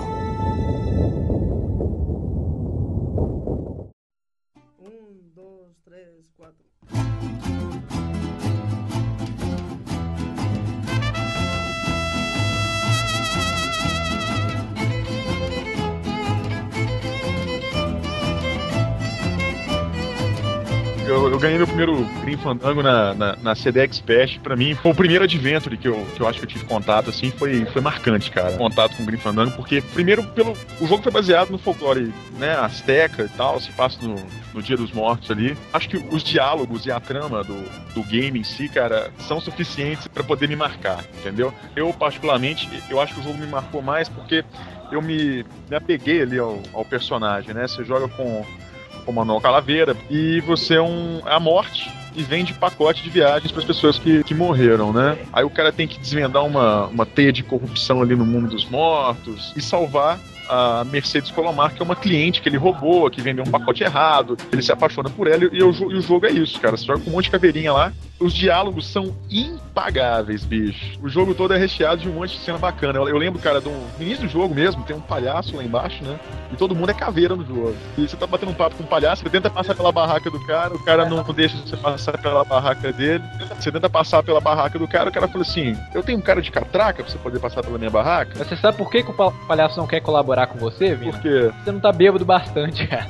Eu ganhei meu primeiro Grim Fandango na CDX Fest. Pra mim, foi o primeiro Adventure que eu acho que eu tive contato, assim, foi marcante, cara. Contato com o Grim Fandango, porque, primeiro, o jogo foi baseado no folclore, né, asteca e tal, se passa no Dia dos Mortos ali. Acho que os diálogos e a trama do game em si, cara, são suficientes pra poder me marcar, entendeu? Eu, particularmente, eu acho que o jogo me marcou mais porque eu me apeguei ali ao personagem, né? Você joga com Manuel Calaveira, e você é a morte e vende pacote de viagens para as pessoas que morreram, né? Aí o cara tem que desvendar uma teia de corrupção ali no mundo dos mortos e salvar a Mercedes Colomar, que é uma cliente que ele roubou, que vendeu um pacote errado, ele se apaixona por ela e o jogo é isso, cara. Você joga com um monte de caveirinha lá. Os diálogos são impagáveis, bicho. O jogo todo é recheado de um monte de cena bacana. Eu lembro, cara, no início do jogo mesmo, tem um palhaço lá embaixo, né? E todo mundo é caveira no jogo. E você tá batendo um papo com um palhaço, você tenta passar pela barraca do cara, o cara não deixa você passar pela barraca dele. Você tenta passar pela barraca do cara fala assim, eu tenho um cara de catraca pra você poder passar pela minha barraca? Mas você sabe por que o palhaço não quer colaborar com você, Vina? Por quê? Você não tá bêbado bastante, cara.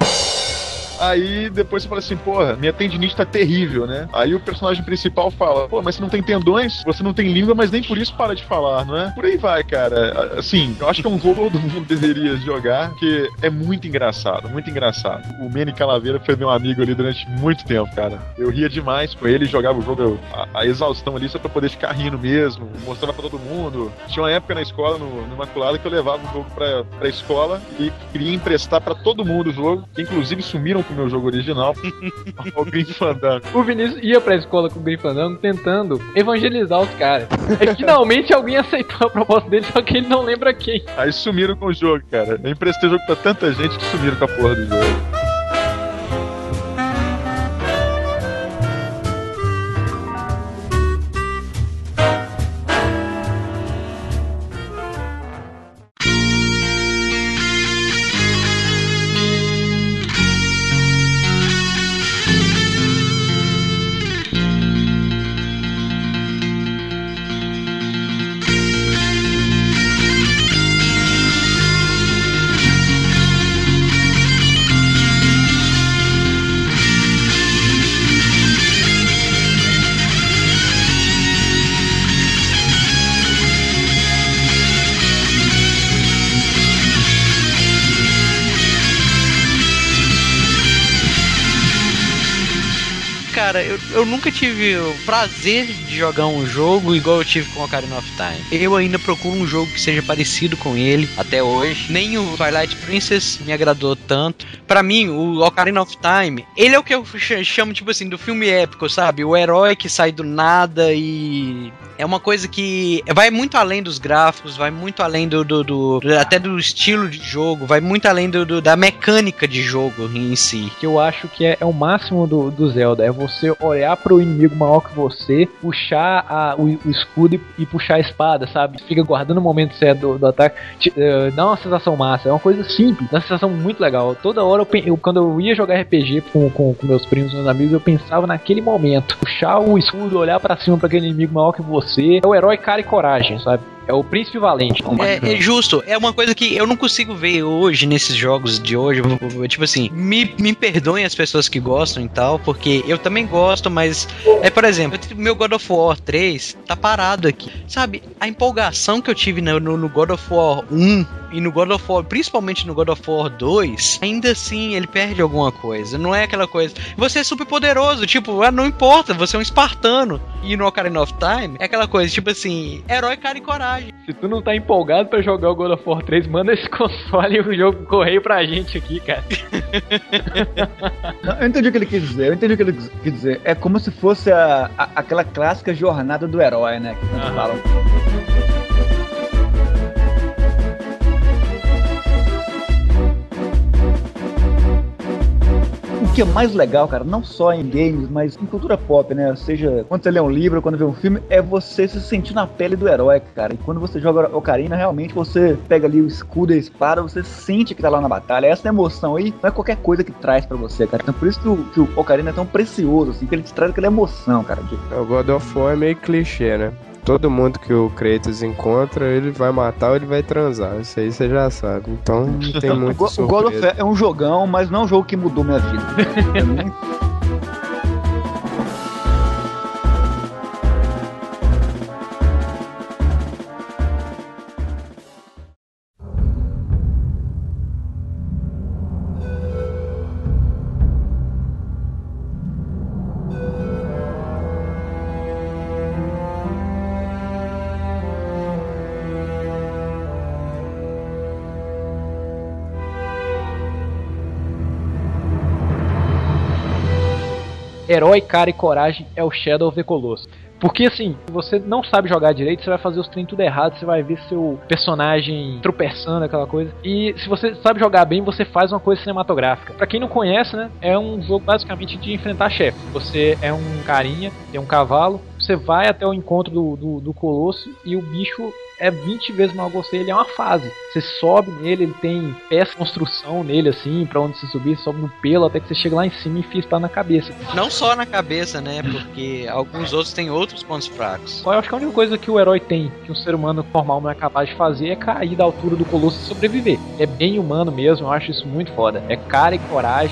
Aí depois você fala assim, porra, minha tendinite tá terrível, né? Aí o personagem principal fala, pô, mas você não tem tendões, você não tem língua, mas nem por isso para de falar, não é? Por aí vai, cara. Assim, eu acho que é um jogo que todo mundo deveria jogar, porque é muito engraçado, muito engraçado. O Manny Calaveira foi meu amigo ali durante muito tempo, cara. Eu ria demais com ele, jogava o jogo a exaustão ali só pra poder ficar rindo mesmo, mostrando pra todo mundo. Tinha uma época na escola, no Imaculada, que eu levava o jogo pra escola e queria emprestar pra todo mundo o jogo, que inclusive sumiram com o meu jogo original, o Grim Fandango. O Vinícius ia pra escola com o Grim Fandango tentando evangelizar os caras. E finalmente alguém aceitou a proposta dele, só que ele não lembra quem. Aí sumiram com o jogo, cara. Eu emprestei o jogo pra tanta gente que sumiram com a porra do jogo. Cara, eu nunca tive o prazer de jogar um jogo igual eu tive com o Ocarina of Time. Eu ainda procuro um jogo que seja parecido com ele até hoje. Nem o Twilight Princess me agradou tanto. Pra mim, o Ocarina of Time, ele é o que eu chamo, tipo assim, do filme épico, sabe? O herói que sai do nada e... é uma coisa que vai muito além dos gráficos, vai muito além até do estilo de jogo, vai muito além da mecânica de jogo em si. Que eu acho que é o máximo do Zelda, é você você olhar pro inimigo maior que você, puxar o escudo e puxar a espada, sabe? Fica guardando o momento certo do ataque. Dá uma sensação massa. É uma coisa simples, dá uma sensação muito legal. Toda hora, quando eu ia jogar RPG com meus primos, meus amigos, eu pensava naquele momento. Puxar o escudo, olhar pra cima pra aquele inimigo maior que você. É o herói cara e coragem, sabe? É o príncipe valente. É justo, é uma coisa que eu não consigo ver hoje nesses jogos de hoje. Tipo assim, me perdoem as pessoas que gostam e tal, porque eu também gosto, mas por exemplo, meu God of War 3 tá parado aqui. Sabe, a empolgação que eu tive no God of War 1 e no God of War, principalmente no God of War 2, ainda assim ele perde alguma coisa. Não é aquela coisa, você é super poderoso, tipo, não importa, você é um espartano. E no Ocarina of Time é aquela coisa, tipo assim, herói, cara e coragem. Se tu não tá empolgado pra jogar o God of War 3, manda esse console e o jogo correio pra gente aqui, cara. Não, eu entendi o que ele quis dizer. É como se fosse aquela clássica jornada do herói, né? Que tanto falam. O que é mais legal, cara, não só em games, mas em cultura pop, né? Ou seja, quando você lê um livro, quando vê um filme, é você se sentir na pele do herói, cara. E quando você joga Ocarina, realmente você pega ali o escudo e a espada, você sente que tá lá na batalha. Essa emoção aí não é qualquer coisa que traz pra você, cara. Então por isso que o Ocarina é tão precioso, assim, que ele te traz aquela emoção, cara. O God of War é meio clichê, né? Todo mundo que o Kratos encontra, ele vai matar ou ele vai transar. Isso aí você já sabe. Então não tem muito surpresa. O God of War é um jogão, mas não é um jogo que mudou minha vida. Herói, cara e coragem é o Shadow of the Colossus. Porque assim, se você não sabe jogar direito, você vai fazer os treinos tudo errado, você vai ver seu personagem tropeçando, aquela coisa. E se você sabe jogar bem, você faz uma coisa cinematográfica. Pra quem não conhece, né, é um jogo basicamente de enfrentar chefe. Você é um carinha, tem um cavalo, você vai até o encontro do Colosso e o bicho é 20 vezes maior que você, ele é uma fase. Você sobe nele, ele tem peça de construção nele, assim, pra onde você subir, você sobe no pelo até que você chega lá em cima e enfia espada na cabeça. Não só na cabeça, né, porque alguns outros têm outros pontos fracos. Eu acho que a única coisa que o herói tem, que um ser humano normal não é capaz de fazer, é cair da altura do Colosso e sobreviver. É bem humano mesmo, eu acho isso muito foda. É cara e coragem.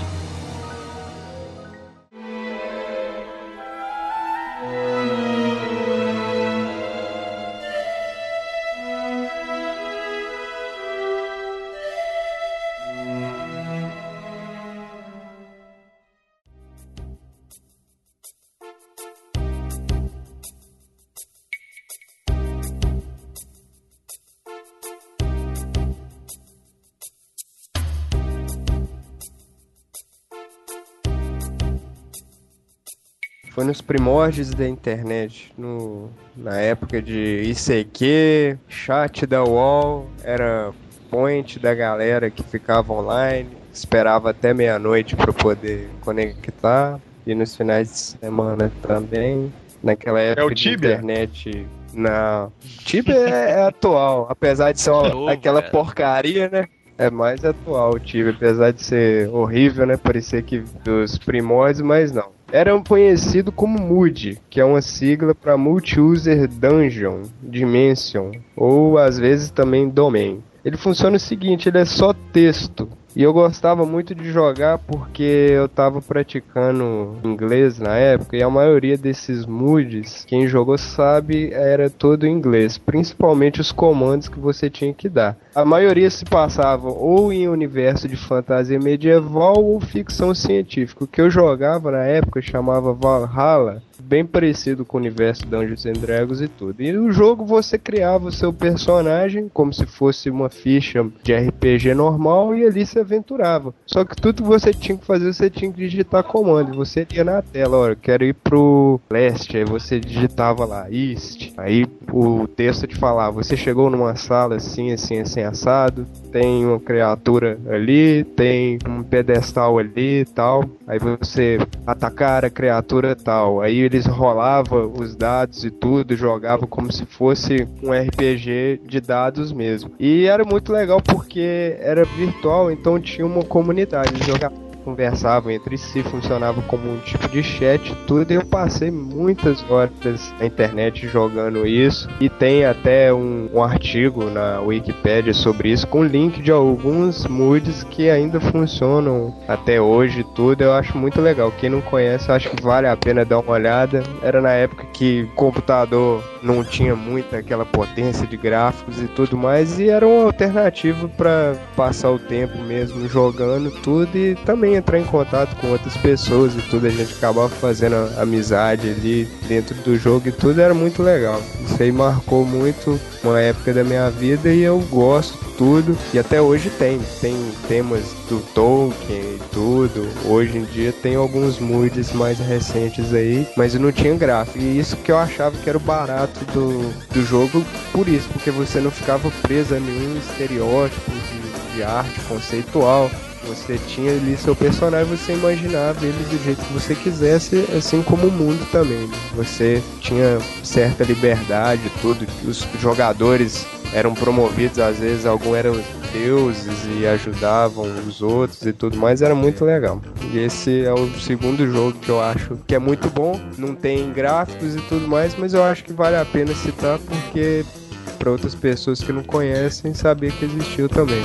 Foi nos primórdios da internet, na época de ICQ, chat da UOL, era point da galera que ficava online, esperava até meia-noite para poder conectar, e nos finais de semana também. Naquela época de internet, não. Tibia é atual, apesar de ser aquela porcaria, né? É mais atual o Tibia, apesar de ser horrível, né? Parecia que dos primórdios, mas não. Era conhecido como MUD, que é uma sigla para Multi-User Dungeon Dimension, ou às vezes também Domain. Ele funciona o seguinte, ele é só texto. E eu gostava muito de jogar porque eu tava praticando inglês na época, e a maioria desses MUDs, quem jogou sabe, era todo em inglês, principalmente os comandos que você tinha que dar. A maioria se passava ou em universo de fantasia medieval ou ficção científica. O que eu jogava na época chamava Valhalla, bem parecido com o universo Dungeons and Dragons e tudo. E no jogo você criava o seu personagem como se fosse uma ficha de RPG normal e ali se aventurava. Só que tudo que você tinha que fazer, você tinha que digitar comando. E você ia na tela, olha, quero ir pro leste, aí você digitava lá, East. Aí o texto te falava, você chegou numa sala assim, assim, assim, assado, tem uma criatura ali, tem um pedestal ali e tal. Aí você atacar a criatura tal. Aí eles rolavam os dados e tudo, jogavam como se fosse um RPG de dados mesmo. E era muito legal porque era virtual, então tinha uma comunidade, eles jogavam, conversavam entre si, funcionava como um tipo de chat e tudo, e eu passei muitas horas na internet jogando isso, e tem até um artigo na Wikipédia sobre isso, com link de alguns moods que ainda funcionam até hoje e tudo. Eu acho muito legal, quem não conhece, acho que vale a pena dar uma olhada. Era na época que o computador não tinha muita aquela potência de gráficos e tudo mais, e era uma alternativa para passar o tempo mesmo jogando tudo, e também entrar em contato com outras pessoas e tudo. A gente acabava fazendo amizade ali dentro do jogo e tudo, era muito legal. Isso aí marcou muito uma época da minha vida e eu gosto tudo, e até hoje tem temas do Tolkien e tudo. Hoje em dia tem alguns moods mais recentes aí, mas não tinha gráfico, e isso que eu achava que era o barato do jogo, por isso, porque você não ficava preso a nenhum estereótipo de arte conceitual. Você tinha ali seu personagem, você imaginava ele do jeito que você quisesse, assim como o mundo também. Você tinha certa liberdade, tudo. Os jogadores eram promovidos, às vezes alguns eram deuses e ajudavam os outros e tudo mais, era muito legal. E esse é o segundo jogo que eu acho que é muito bom, não tem gráficos e tudo mais, mas eu acho que vale a pena citar, porque para outras pessoas que não conhecem, saber que existiu também.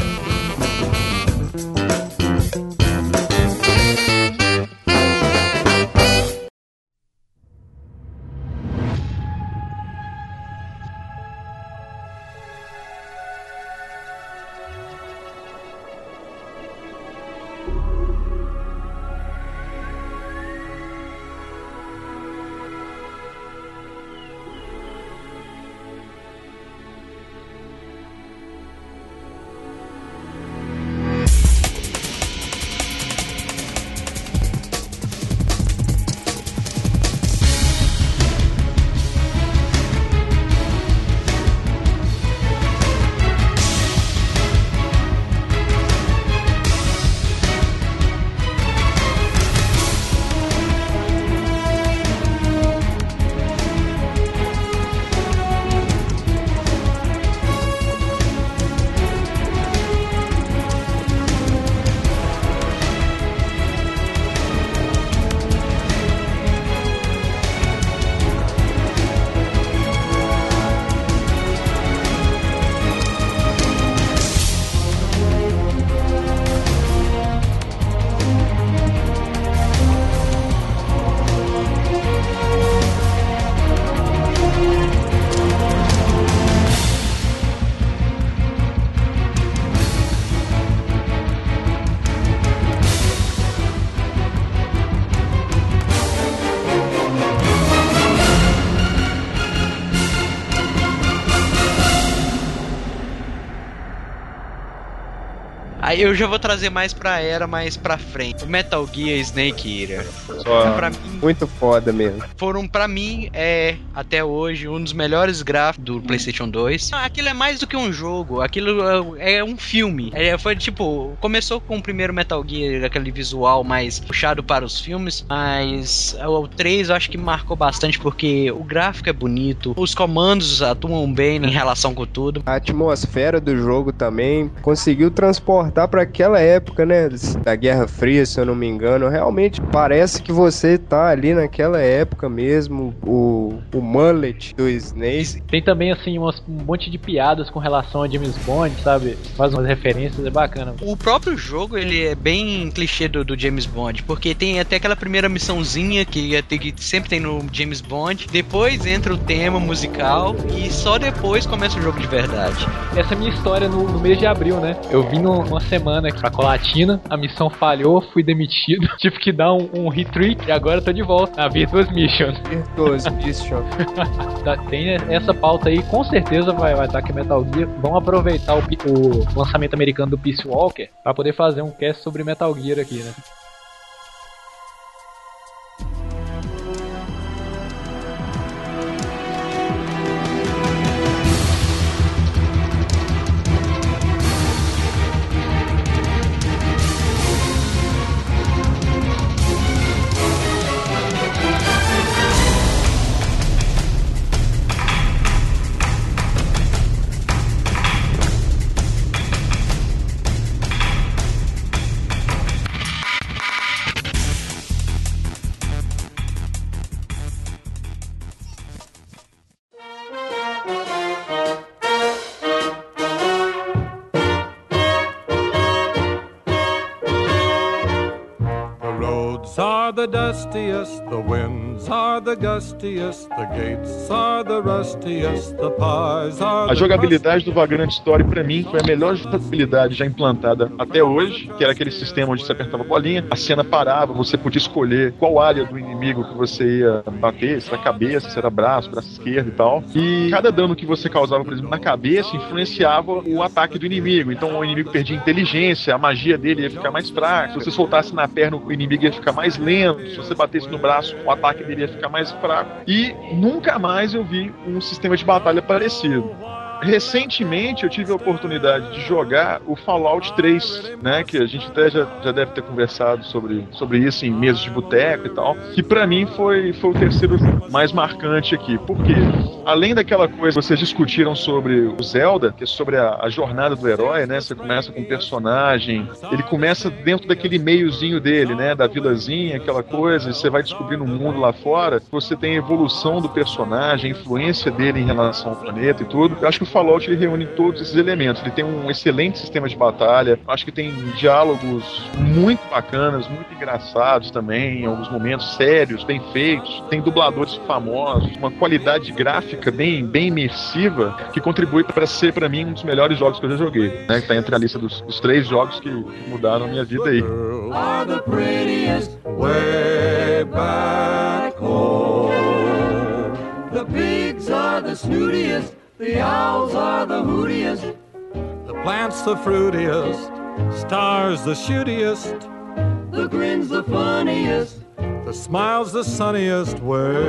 Aí eu já vou trazer mais pra era mais pra frente. O Metal Gear Snake Eater. Pra mim, muito foda mesmo. Foram pra mim, até hoje, um dos melhores gráficos do PlayStation 2. Aquilo é mais do que um jogo, aquilo é um filme. Foi tipo, começou com o primeiro Metal Gear, aquele visual mais puxado para os filmes, mas o 3 eu acho que marcou bastante porque o gráfico é bonito, os comandos atuam bem em relação com tudo. A atmosfera do jogo também conseguiu transportar para aquela época, né, da Guerra Fria, se eu não me engano. Realmente parece que você tá ali naquela época mesmo. O mullet do Snake. Tem também assim um monte de piadas com relação a James Bond, sabe? Faz umas referências, é bacana. O próprio jogo, ele é bem clichê do James Bond, porque tem até aquela primeira missãozinha que sempre tem no James Bond, depois entra o tema musical e só depois começa o jogo de verdade. Essa é a minha história no mês de abril, né? Eu vim numa uma semana aqui pra Colatina, a missão falhou, fui demitido, tive que dar um retreat e agora tô de volta na Virtuous Mission. Virtuous Mission. Tem essa pauta aí, com certeza vai estar aqui Metal Gear. Vamos aproveitar o lançamento americano do Peace Walker pra poder fazer um cast sobre Metal Gear aqui, né? The dustiest, the winds are the gustiest, the gates are the rustiest, the pies are A jogabilidade do Vagrant Story, pra mim, foi a melhor jogabilidade já implantada até hoje, que era aquele sistema onde você apertava a bolinha, a cena parava, você podia escolher qual área do inimigo que você ia bater, se era cabeça, se era braço esquerdo e tal. E cada dano que você causava, por exemplo, na cabeça, influenciava o ataque do inimigo. Então o inimigo perdia inteligência, a magia dele ia ficar mais fraca. Se você soltasse na perna, o inimigo ia ficar mais lento. Se você batesse no braço, o ataque dele ia ficar mais fraco. E nunca mais eu vi um sistema de batalha parecido. Recentemente eu tive a oportunidade de jogar o Fallout 3, né, que a gente até já deve ter conversado sobre isso em mesas de boteco e tal, que pra mim foi o terceiro mais marcante aqui. Por quê? Além daquela coisa que vocês discutiram sobre o Zelda, que é sobre a jornada do herói, né, você começa com um personagem, ele começa dentro daquele meiozinho dele, né, da vilazinha, aquela coisa, e você vai descobrindo o mundo lá fora, você tem a evolução do personagem, a influência dele em relação ao planeta e tudo. Eu acho que o Fallout ele reúne todos esses elementos. Ele tem um excelente sistema de batalha. Acho que tem diálogos muito bacanas, muito engraçados também, em alguns momentos sérios, bem feitos. Tem dubladores famosos, uma qualidade gráfica bem imersiva que contribui para ser, para mim, um dos melhores jogos que eu já joguei, né? Que tá entre a lista dos 3 jogos que mudaram a minha vida aí. The pigs are the snootiest, the owls are the hootiest, the plants the fruitiest, stars the shootiest, the grins the funniest, the smiles the sunniest,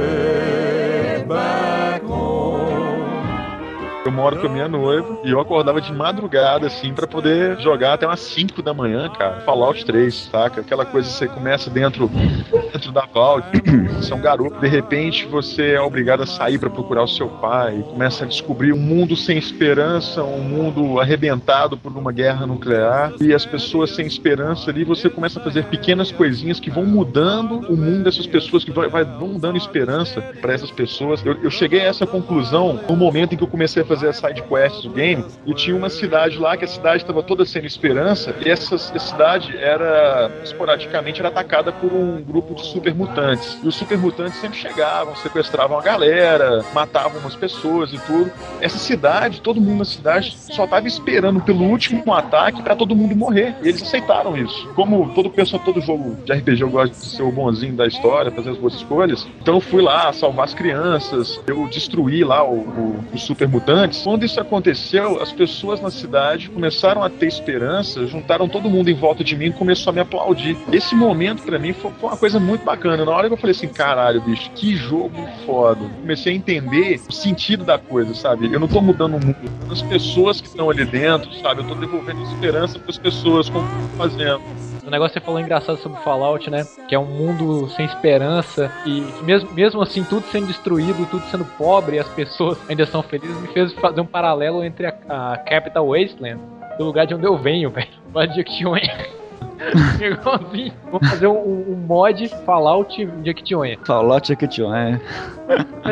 way back home. Eu moro com a minha noiva e eu acordava de madrugada, assim, pra poder jogar até umas 5 da manhã, cara. Fallout 3, saca? Aquela coisa que você começa dentro da Vault, você é um garoto, de repente você é obrigado a sair pra procurar o seu pai, começa a descobrir um mundo sem esperança, um mundo arrebentado por uma guerra nuclear, e as pessoas sem esperança ali, você começa a fazer pequenas coisinhas que vão mudando o mundo dessas pessoas, que vão dando esperança pra essas pessoas. Eu cheguei a essa conclusão no momento em que eu comecei a fazer as side quests do game, e tinha uma cidade lá que a cidade estava toda sem esperança, e essa cidade esporadicamente era atacada por um grupo de super mutantes, e os super mutantes sempre chegavam, sequestravam a galera, matavam umas pessoas e tudo. Essa cidade, todo mundo na cidade só estava esperando pelo último ataque para todo mundo morrer, e eles aceitaram isso. Como todo jogo de RPG eu gosto de ser o bonzinho da história, fazer as boas escolhas, então eu fui lá salvar as crianças, eu destruí lá os super mutantes. Quando isso aconteceu, as pessoas na cidade começaram a ter esperança, juntaram todo mundo em volta de mim e começou a me aplaudir. Esse momento pra mim foi uma coisa muito bacana. Na hora que eu falei assim, caralho, bicho, que jogo foda. Comecei a entender o sentido da coisa, sabe? Eu não tô mudando o mundo, as pessoas que estão ali dentro, sabe? Eu tô devolvendo esperança pras pessoas, como fazendo. O negócio que você falou engraçado sobre Fallout, né? Que é um mundo sem esperança e mesmo assim tudo sendo destruído, tudo sendo pobre e as pessoas ainda são felizes, me fez fazer um paralelo entre a Capital Wasteland, do lugar de onde eu venho, velho. O Jequitinhonha. Igualzinho. Vamos fazer um mod Fallout Jequitinhonha. Fallout Jequitinhonha. Mas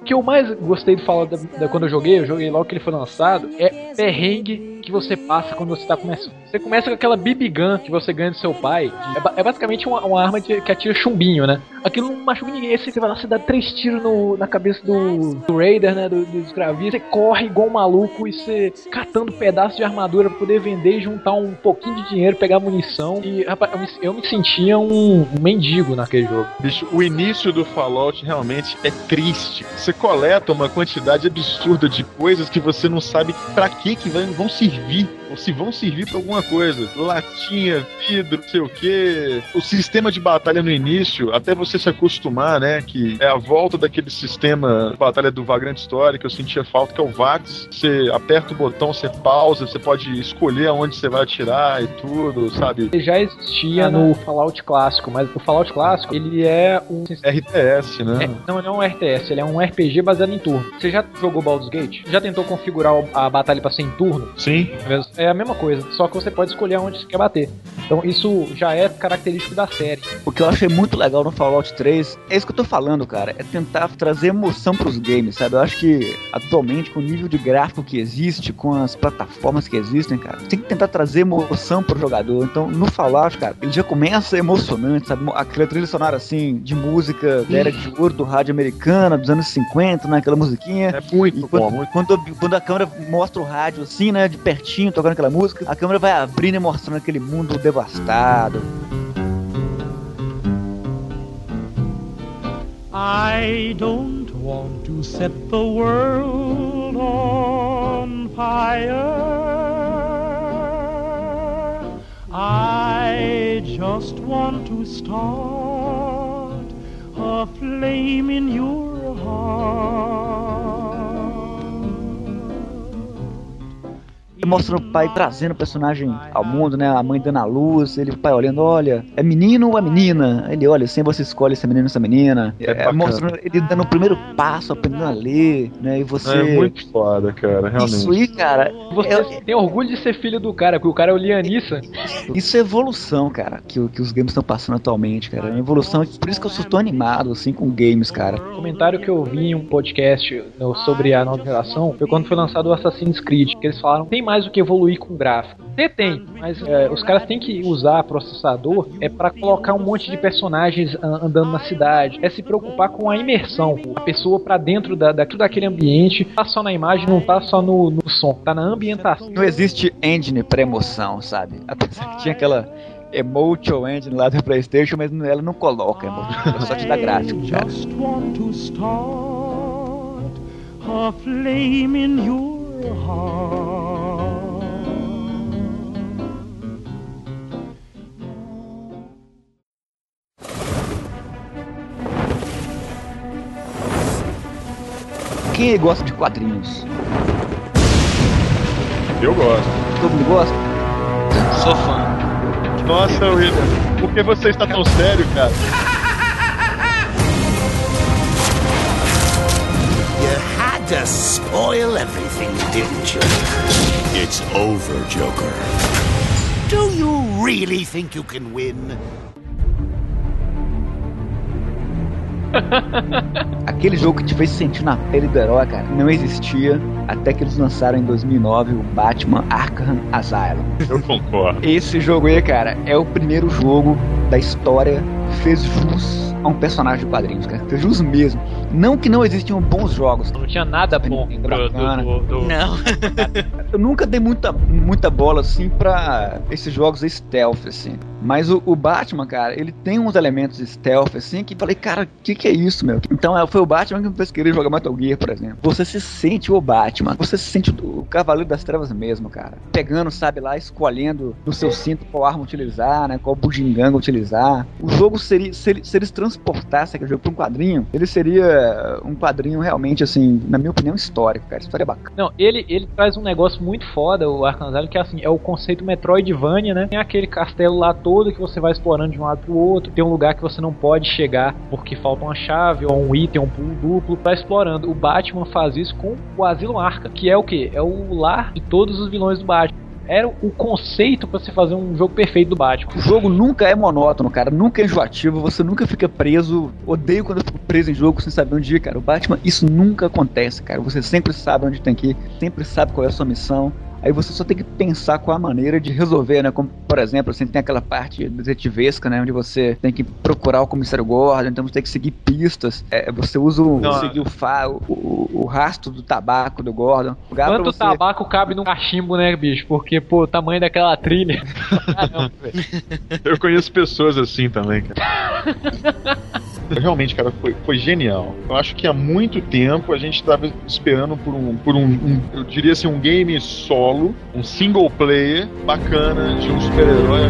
que eu mais gostei do Fallout quando eu joguei logo que ele foi lançado, é perrengue que você passa quando você tá começando. Você começa com aquela BB Gun que você ganha do seu pai. É basicamente uma arma que atira chumbinho, né? Aquilo não machuca ninguém. Você vai lá, você dá 3 tiros na cabeça do Raider, né? Do escravista. Você corre igual um maluco e você catando pedaços de armadura pra poder vender e juntar um pouquinho de dinheiro, pegar munição. E, rapaz, eu me sentia um mendigo naquele jogo. Bicho, o início do Fallout realmente é triste. Você coleta uma quantidade absurda de coisas que você não sabe pra que vão servir. Ou se vão servir pra alguma coisa. Latinha, vidro, não sei o que. O sistema de batalha no início, até você se acostumar, né? Que é a volta daquele sistema de batalha do Vagrant Story que eu sentia falta, que é o VATS. Você aperta o botão, você pausa, você pode escolher aonde você vai atirar e tudo, sabe? Ele já existia no Fallout clássico, mas o Fallout clássico, ele é um... RTS, né? Não, ele não é um RTS, ele é um RPG baseado em turno. Você já jogou Baldur's Gate? Já tentou configurar a batalha pra ser em turno? Sim. É a mesma coisa, só que você pode escolher onde você quer bater. Então isso já é característico da série. O que eu achei muito legal no Fallout 3 é isso que eu tô falando, cara. É tentar trazer emoção pros games, sabe? Eu acho que atualmente, com o nível de gráfico que existe, com as plataformas que existem, cara, tem que tentar trazer emoção pro jogador. Então, no Fallout, cara, ele já começa emocionante, sabe? Aquela trilha sonora assim, de música da era de ouro do rádio americana, dos anos 50, né? Aquela musiquinha. É muito bom. Quando a câmera mostra o rádio assim, né? De pertinho, tocando aquela música, a câmera vai abrindo e mostrando aquele mundo devastado. I don't want to set the world on fire. I just want to start a flame in your heart. E mostrando o pai trazendo o personagem ao mundo, né? A mãe dando a luz, ele, o pai olhando, olha, é menino ou é menina? Ele olha, assim, você escolhe se é menino ou se é menina. Mostrando ele dando o primeiro passo, aprendendo a ler, né? E você... É muito foda, cara, realmente. Isso aí, cara... Você tem orgulho de ser filho do cara, porque o cara é o Lianissa. Isso é evolução, cara, que os games estão passando atualmente, cara. É uma evolução, por isso que eu sou tão animado, assim, com games, cara. O comentário que eu vi em um podcast sobre a nova geração foi quando foi lançado o Assassin's Creed, que eles falaram, tem mais do que evoluir com gráfico. Tem, mas os caras têm que usar processador pra colocar um monte de personagens andando na cidade, se preocupar com a imersão, a pessoa pra dentro daquele ambiente, tá só na imagem, não tá só no som, tá na ambientação. Não existe engine pra emoção, sabe? Apesar que tinha aquela Emotion Engine lá do PlayStation, mas ela não coloca emotion, ela só te dá gráfico, cara. Just want to start a flame in your heart. Quem gosta de quadrinhos? Eu gosto. Todo mundo gosta? Sou fã. Nossa, William, por que você está tão sério, cara? You had to spoil everything, didn't you? It's over, Joker. Do you really think you can win? Aquele jogo que te fez sentir na pele do herói, cara, não existia até que eles lançaram em 2009 o Batman Arkham Asylum. Eu concordo. Esse jogo aí, cara, é o primeiro jogo da história que fez jus a um personagem de quadrinhos, cara. Fez jus mesmo. Não que não existiam bons jogos. Não tinha nada bom do... Não. Eu nunca dei muita bola, assim, pra esses jogos stealth, assim. Mas o Batman, cara, ele tem uns elementos stealth, assim, que falei, cara, o que é isso, meu? Então foi o Batman que me fez querer jogar Metal Gear, por exemplo. Você se sente o Batman. Você se sente o Cavaleiro das Trevas mesmo, cara. Pegando, sabe, lá, escolhendo no seu cinto qual arma utilizar, né? Qual bugiganga utilizar. O jogo seria, se eles transportassem aquele jogo pra um quadrinho, ele seria um quadrinho realmente, assim, na minha opinião, histórico, cara. História bacana. Não, ele traz um negócio muito foda, o Arkham Asylum, que é assim, é o conceito Metroidvania, né? Tem aquele castelo lá todo que você vai explorando de um lado pro outro, tem um lugar que você não pode chegar porque falta uma chave ou um item, um pulo duplo, tá explorando. O Batman faz isso com o Asilo Arkham, que é o quê? É o lar de todos os vilões do Batman. era o conceito pra você fazer um jogo perfeito do Batman. O jogo nunca é monótono, cara, nunca é enjoativo, você nunca fica preso. Odeio quando eu fico preso em jogo sem saber onde ir, cara. O Batman, isso nunca acontece, cara. Você sempre sabe onde tem que ir, sempre sabe qual é a sua missão. Aí você só tem que pensar qual a maneira de resolver, né? Como, por exemplo, assim, tem aquela parte detetivesca, né? Onde você tem que procurar o comissário Gordon, então você tem que seguir pistas. Você usa seguir o rastro do tabaco do Gordon. Quanto tabaco cabe num cachimbo, né, bicho? Porque, pô, o tamanho daquela trilha. Caramba, eu conheço pessoas assim também, cara. Realmente, cara, foi genial. Eu acho que há muito tempo a gente estava esperando por um, eu diria assim, um game solo, um single player bacana de um super-herói.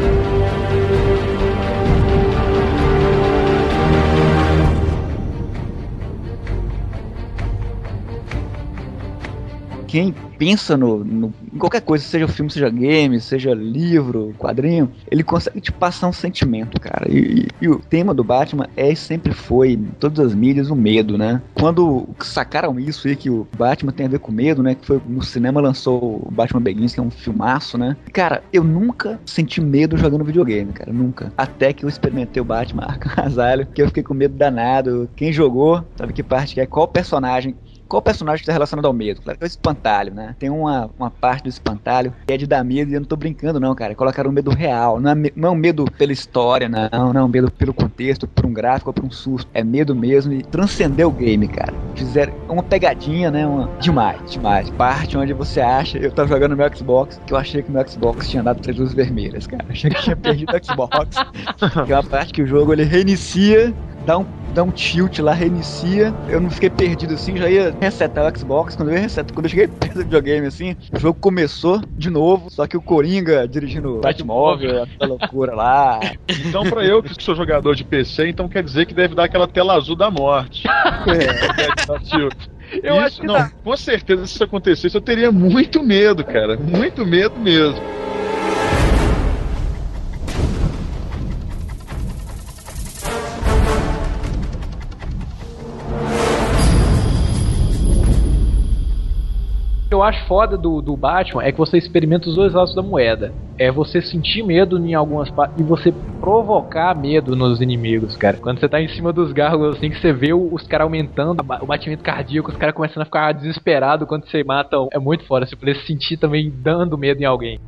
Quem pensa em qualquer coisa, seja filme, seja game, seja livro, quadrinho, ele consegue te passar um sentimento, cara. E o tema do Batman sempre foi, em todas as mídias, o medo, né? Quando sacaram isso aí, que o Batman tem a ver com medo, né? Que foi no cinema, lançou o Batman Begins, que é um filmaço, né? Cara, eu nunca senti medo jogando videogame, cara, nunca. Até que eu experimentei o Batman Arkham Asylum, que eu fiquei com medo danado. Quem jogou, sabe que parte que é? Qual personagem que está relacionado ao medo? Claro que é o espantalho, né? Tem uma parte do espantalho que é de dar medo, e eu não tô brincando não, cara. Colocaram um medo real. Não é um medo pela história, não é um medo pelo contexto, por um gráfico ou por um susto. É medo mesmo, e transcendeu o game, cara. Fizeram uma pegadinha, né? Demais. Parte onde você acha... Eu tava jogando no meu Xbox, que eu achei que o meu Xbox tinha dado 3 luzes vermelhas, cara. Achei que tinha perdido o Xbox. Que é uma parte que o jogo, ele reinicia, dá um tilt lá, reinicia. Eu não fiquei perdido assim, já ia resetar o Xbox. Quando eu cheguei perto do videogame assim, o jogo começou de novo, só que o Coringa dirigindo o Batmóvel, aquela loucura lá. Então, pra eu que sou jogador de PC, então quer dizer que deve dar aquela tela azul da morte. Eu acho que não. Com certeza, se isso acontecesse, eu teria muito medo, cara. Muito medo mesmo. O que eu acho foda do Batman é que você experimenta os dois lados da moeda. É você sentir medo em algumas partes e você provocar medo nos inimigos, cara. Quando você tá em cima dos gárgulas, assim, que você vê os caras aumentando o batimento cardíaco, os caras começando a ficar desesperados quando você mata. É muito foda, você poder se sentir também dando medo em alguém.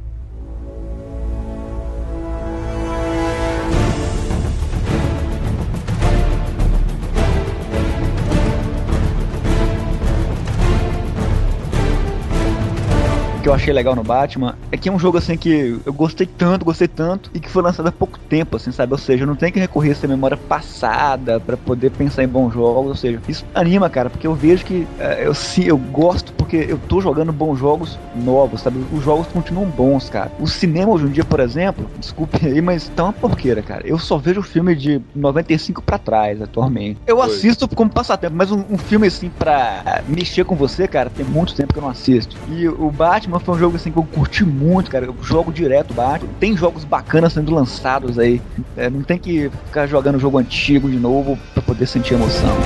Que eu achei legal no Batman é que é um jogo assim que eu gostei tanto e que foi lançado há pouco tempo, assim, sabe? Ou seja, eu não tenho que recorrer a essa memória passada pra poder pensar em bons jogos, ou seja, isso anima, cara, porque eu vejo que eu gosto porque eu tô jogando bons jogos novos, sabe? Os jogos continuam bons, cara. O cinema hoje em dia, por exemplo, desculpe aí, mas tá uma porqueira, cara. Eu só vejo filme de 95 pra trás atualmente. Eu assisto como passatempo, mas um filme assim pra mexer com você, cara, tem muito tempo que eu não assisto. E o Batman foi um jogo assim que eu curti muito, cara. Eu jogo direto Batman. Tem jogos bacanas sendo lançados aí. Não tem que ficar jogando jogo antigo de novo pra poder sentir emoção.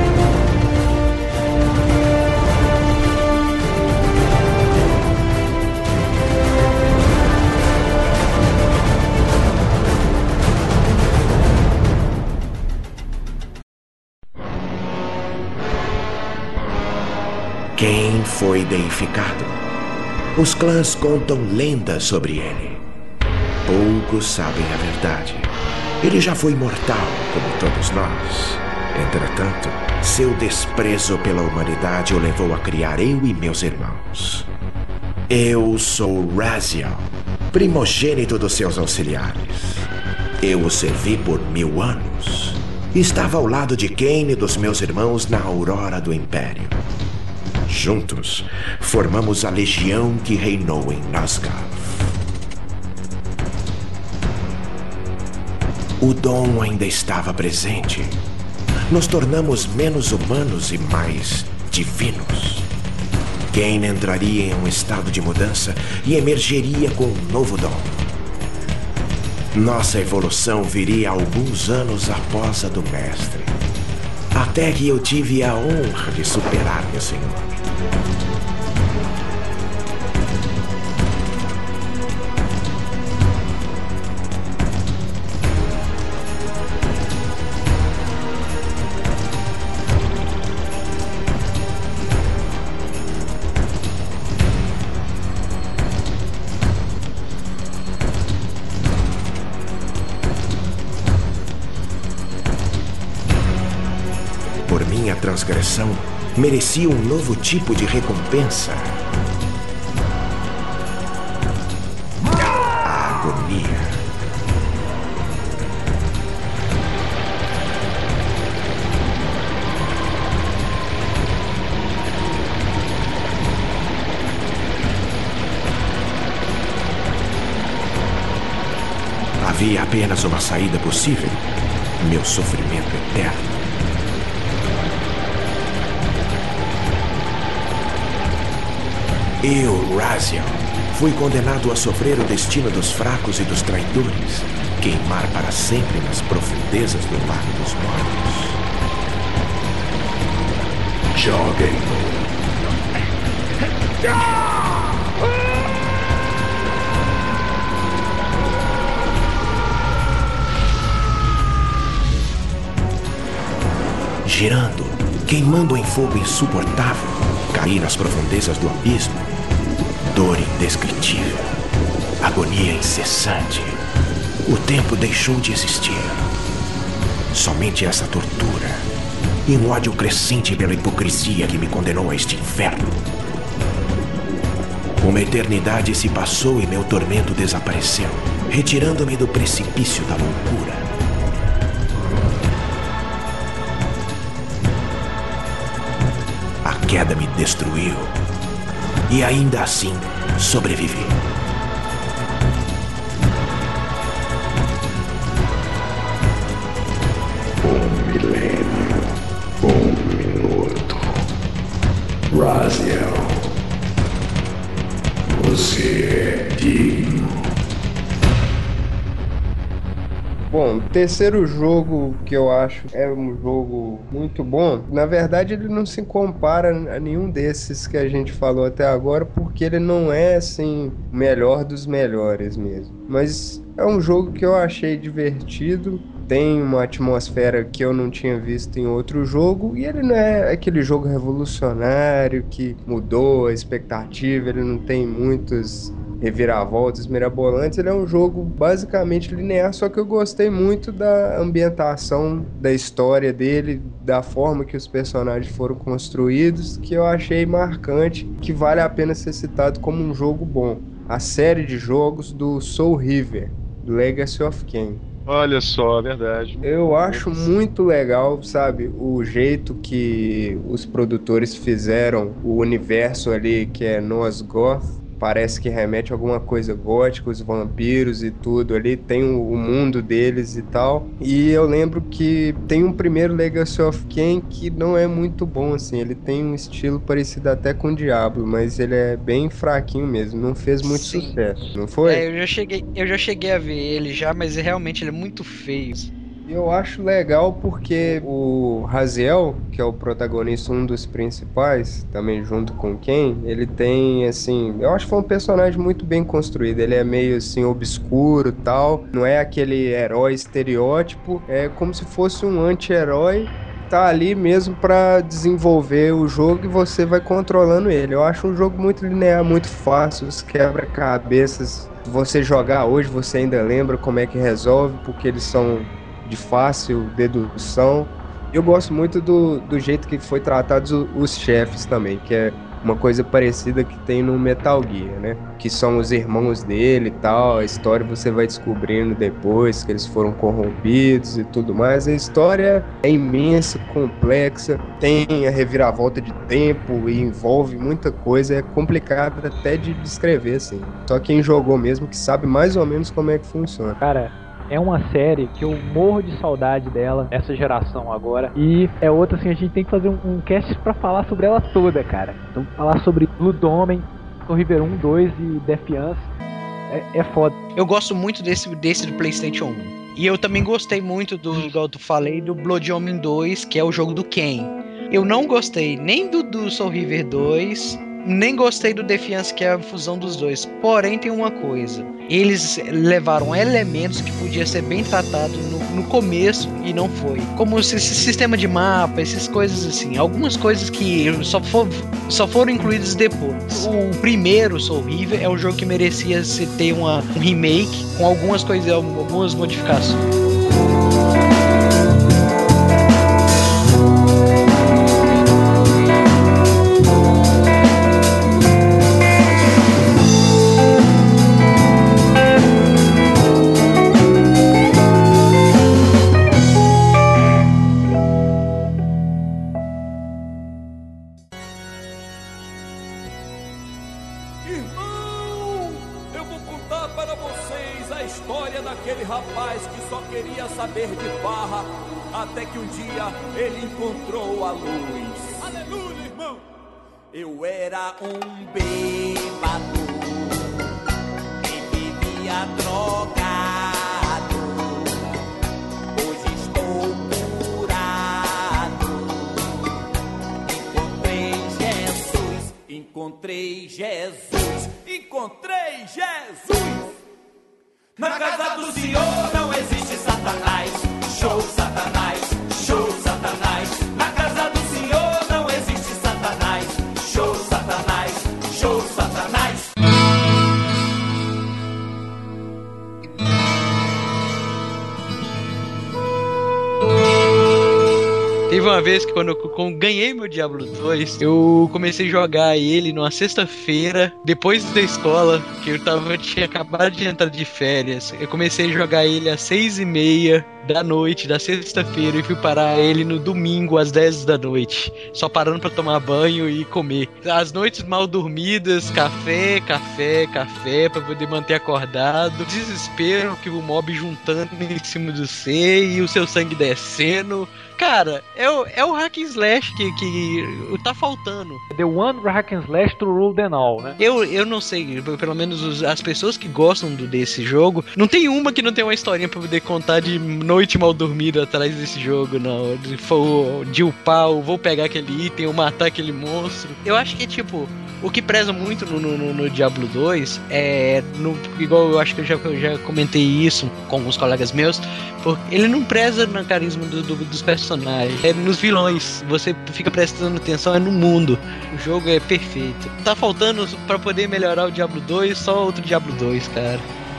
Kane foi deificado. Os clãs contam lendas sobre ele. Poucos sabem a verdade. Ele já foi mortal, como todos nós. Entretanto, seu desprezo pela humanidade o levou a criar eu e meus irmãos. Eu sou Raziel, primogênito dos seus auxiliares. Eu o servi por 1000 anos. Estava ao lado de Kane e dos meus irmãos na aurora do Império. Juntos, formamos a legião que reinou em Nazgûl. O dom ainda estava presente. Nos tornamos menos humanos e mais divinos. Kane entraria em um estado de mudança e emergeria com um novo dom. Nossa evolução viria alguns anos após a do mestre. Até que eu tive a honra de superar meu senhor. coração merecia um novo tipo de recompensa. A agonia. Havia apenas uma saída possível: meu sofrimento eterno. Eu, Raziel, fui condenado a sofrer o destino dos fracos e dos traidores, queimar para sempre nas profundezas do Lago dos Mortos. Joguem. Girando, queimando em fogo insuportável, caí nas profundezas do abismo. Dor indescritível, agonia incessante. O tempo deixou de existir. Somente essa tortura e um ódio crescente pela hipocrisia que me condenou a este inferno. Uma eternidade se passou e meu tormento desapareceu, retirando-me do precipício da loucura. A queda me destruiu e ainda assim sobrevivi. Um milênio, um minuto. Raziel, você é digno. Bom, terceiro jogo que eu acho é um jogo muito bom. Na verdade, ele não se compara a nenhum desses que a gente falou até agora, porque ele não é, assim, o melhor dos melhores mesmo. Mas é um jogo que eu achei divertido, tem uma atmosfera que eu não tinha visto em outro jogo, e ele não é aquele jogo revolucionário que mudou a expectativa, ele não tem muitos reviravoltas mirabolantes. Ele é um jogo basicamente linear, só que eu gostei muito da ambientação, da história dele, da forma que os personagens foram construídos, que eu achei marcante, que vale a pena ser citado como um jogo bom. A série de jogos do Soul River, Legacy of Kain. Olha só, é verdade. Eu acho muito legal, sabe, o jeito que os produtores fizeram o universo ali, que é Nosgoth. Parece que remete a alguma coisa gótica, os vampiros e tudo ali, tem o mundo deles e tal. E eu lembro que tem um primeiro Legacy of Kain que não é muito bom, assim, ele tem um estilo parecido até com o Diablo, mas ele é bem fraquinho mesmo, não fez muito sucesso, não foi? É, eu já cheguei a ver ele já, mas realmente ele é muito feio. Eu acho legal porque o Raziel, que é o protagonista, um dos principais, também junto com Kain, ele tem, assim, eu acho que foi um personagem muito bem construído, ele é meio, assim, obscuro e tal, não é aquele herói estereótipo, é como se fosse um anti-herói, tá ali mesmo pra desenvolver o jogo e você vai controlando ele. Eu acho um jogo muito linear, muito fácil, os quebra-cabeças, se você jogar hoje, você ainda lembra como é que resolve, porque eles são de fácil dedução. Eu gosto muito do jeito que foi tratados os chefes também, que é uma coisa parecida que tem no Metal Gear, né? Que são os irmãos dele e tal, a história você vai descobrindo depois que eles foram corrompidos e tudo mais. A história é imensa, complexa, tem a reviravolta de tempo e envolve muita coisa, é complicado até de descrever, assim. Só quem jogou mesmo que sabe mais ou menos como é que funciona. Cara, é uma série que eu morro de saudade dela, essa geração agora. E é outra, assim, a gente tem que fazer um cast pra falar sobre ela toda, cara. Então, falar sobre Blood Omen, Soul River 1, 2 e Defiance é foda. Eu gosto muito desse do PlayStation 1. E eu também gostei muito igual eu falei, do Blood Omen 2, que é o jogo do Kain. Eu não gostei nem do Soul River 2, nem gostei do Defiance, que é a fusão dos dois. Porém, tem uma coisa. Eles levaram elementos que podia ser bem tratado no começo e não foi. Como esse sistema de mapa, essas coisas assim. Algumas coisas que só foram incluídas depois. O primeiro, Soul River, é um jogo que merecia ter um remake com algumas coisas, algumas modificações. Eis a história daquele rapaz que só queria saber de farra, até que um dia ele encontrou a luz. Aleluia, irmão! Eu era um bêbado e vivia drogado. Hoje estou curado. Encontrei Jesus. Encontrei Jesus. Na casa do Senhor não existe Satanás. Show Satanás, show Satanás. Na casa do Senhor não existe Satanás. Show Satanás, show Satanás. Teve uma vez que quando eu ganhei meu Diablo 2, eu comecei a jogar ele numa sexta-feira, depois da escola, que eu tinha acabado de entrar de férias. Eu comecei a jogar ele às 6:30 da noite, da sexta-feira, e fui parar ele no domingo às 10 da noite, só parando pra tomar banho e comer. As noites mal dormidas, café, pra poder manter acordado, desespero que o mob juntando em cima do C e o seu sangue descendo. Cara, é o hack and slash que tá faltando. The one hack and slash to rule them all, né? Eu não sei, pelo menos as pessoas que gostam desse jogo, não tem uma que não tem uma historinha pra poder contar de noite mal dormida atrás desse jogo, não. De upar, vou pegar aquele item, ou matar aquele monstro. Eu acho que, tipo, o que preza muito no Diablo 2 é, igual eu acho que eu já comentei isso com alguns colegas meus, porque ele não preza no carisma dos personagens, é nos vilões. Você fica prestando atenção, é no mundo. O jogo é perfeito. Tá faltando pra poder melhorar o Diablo 2, só outro Diablo 2, cara.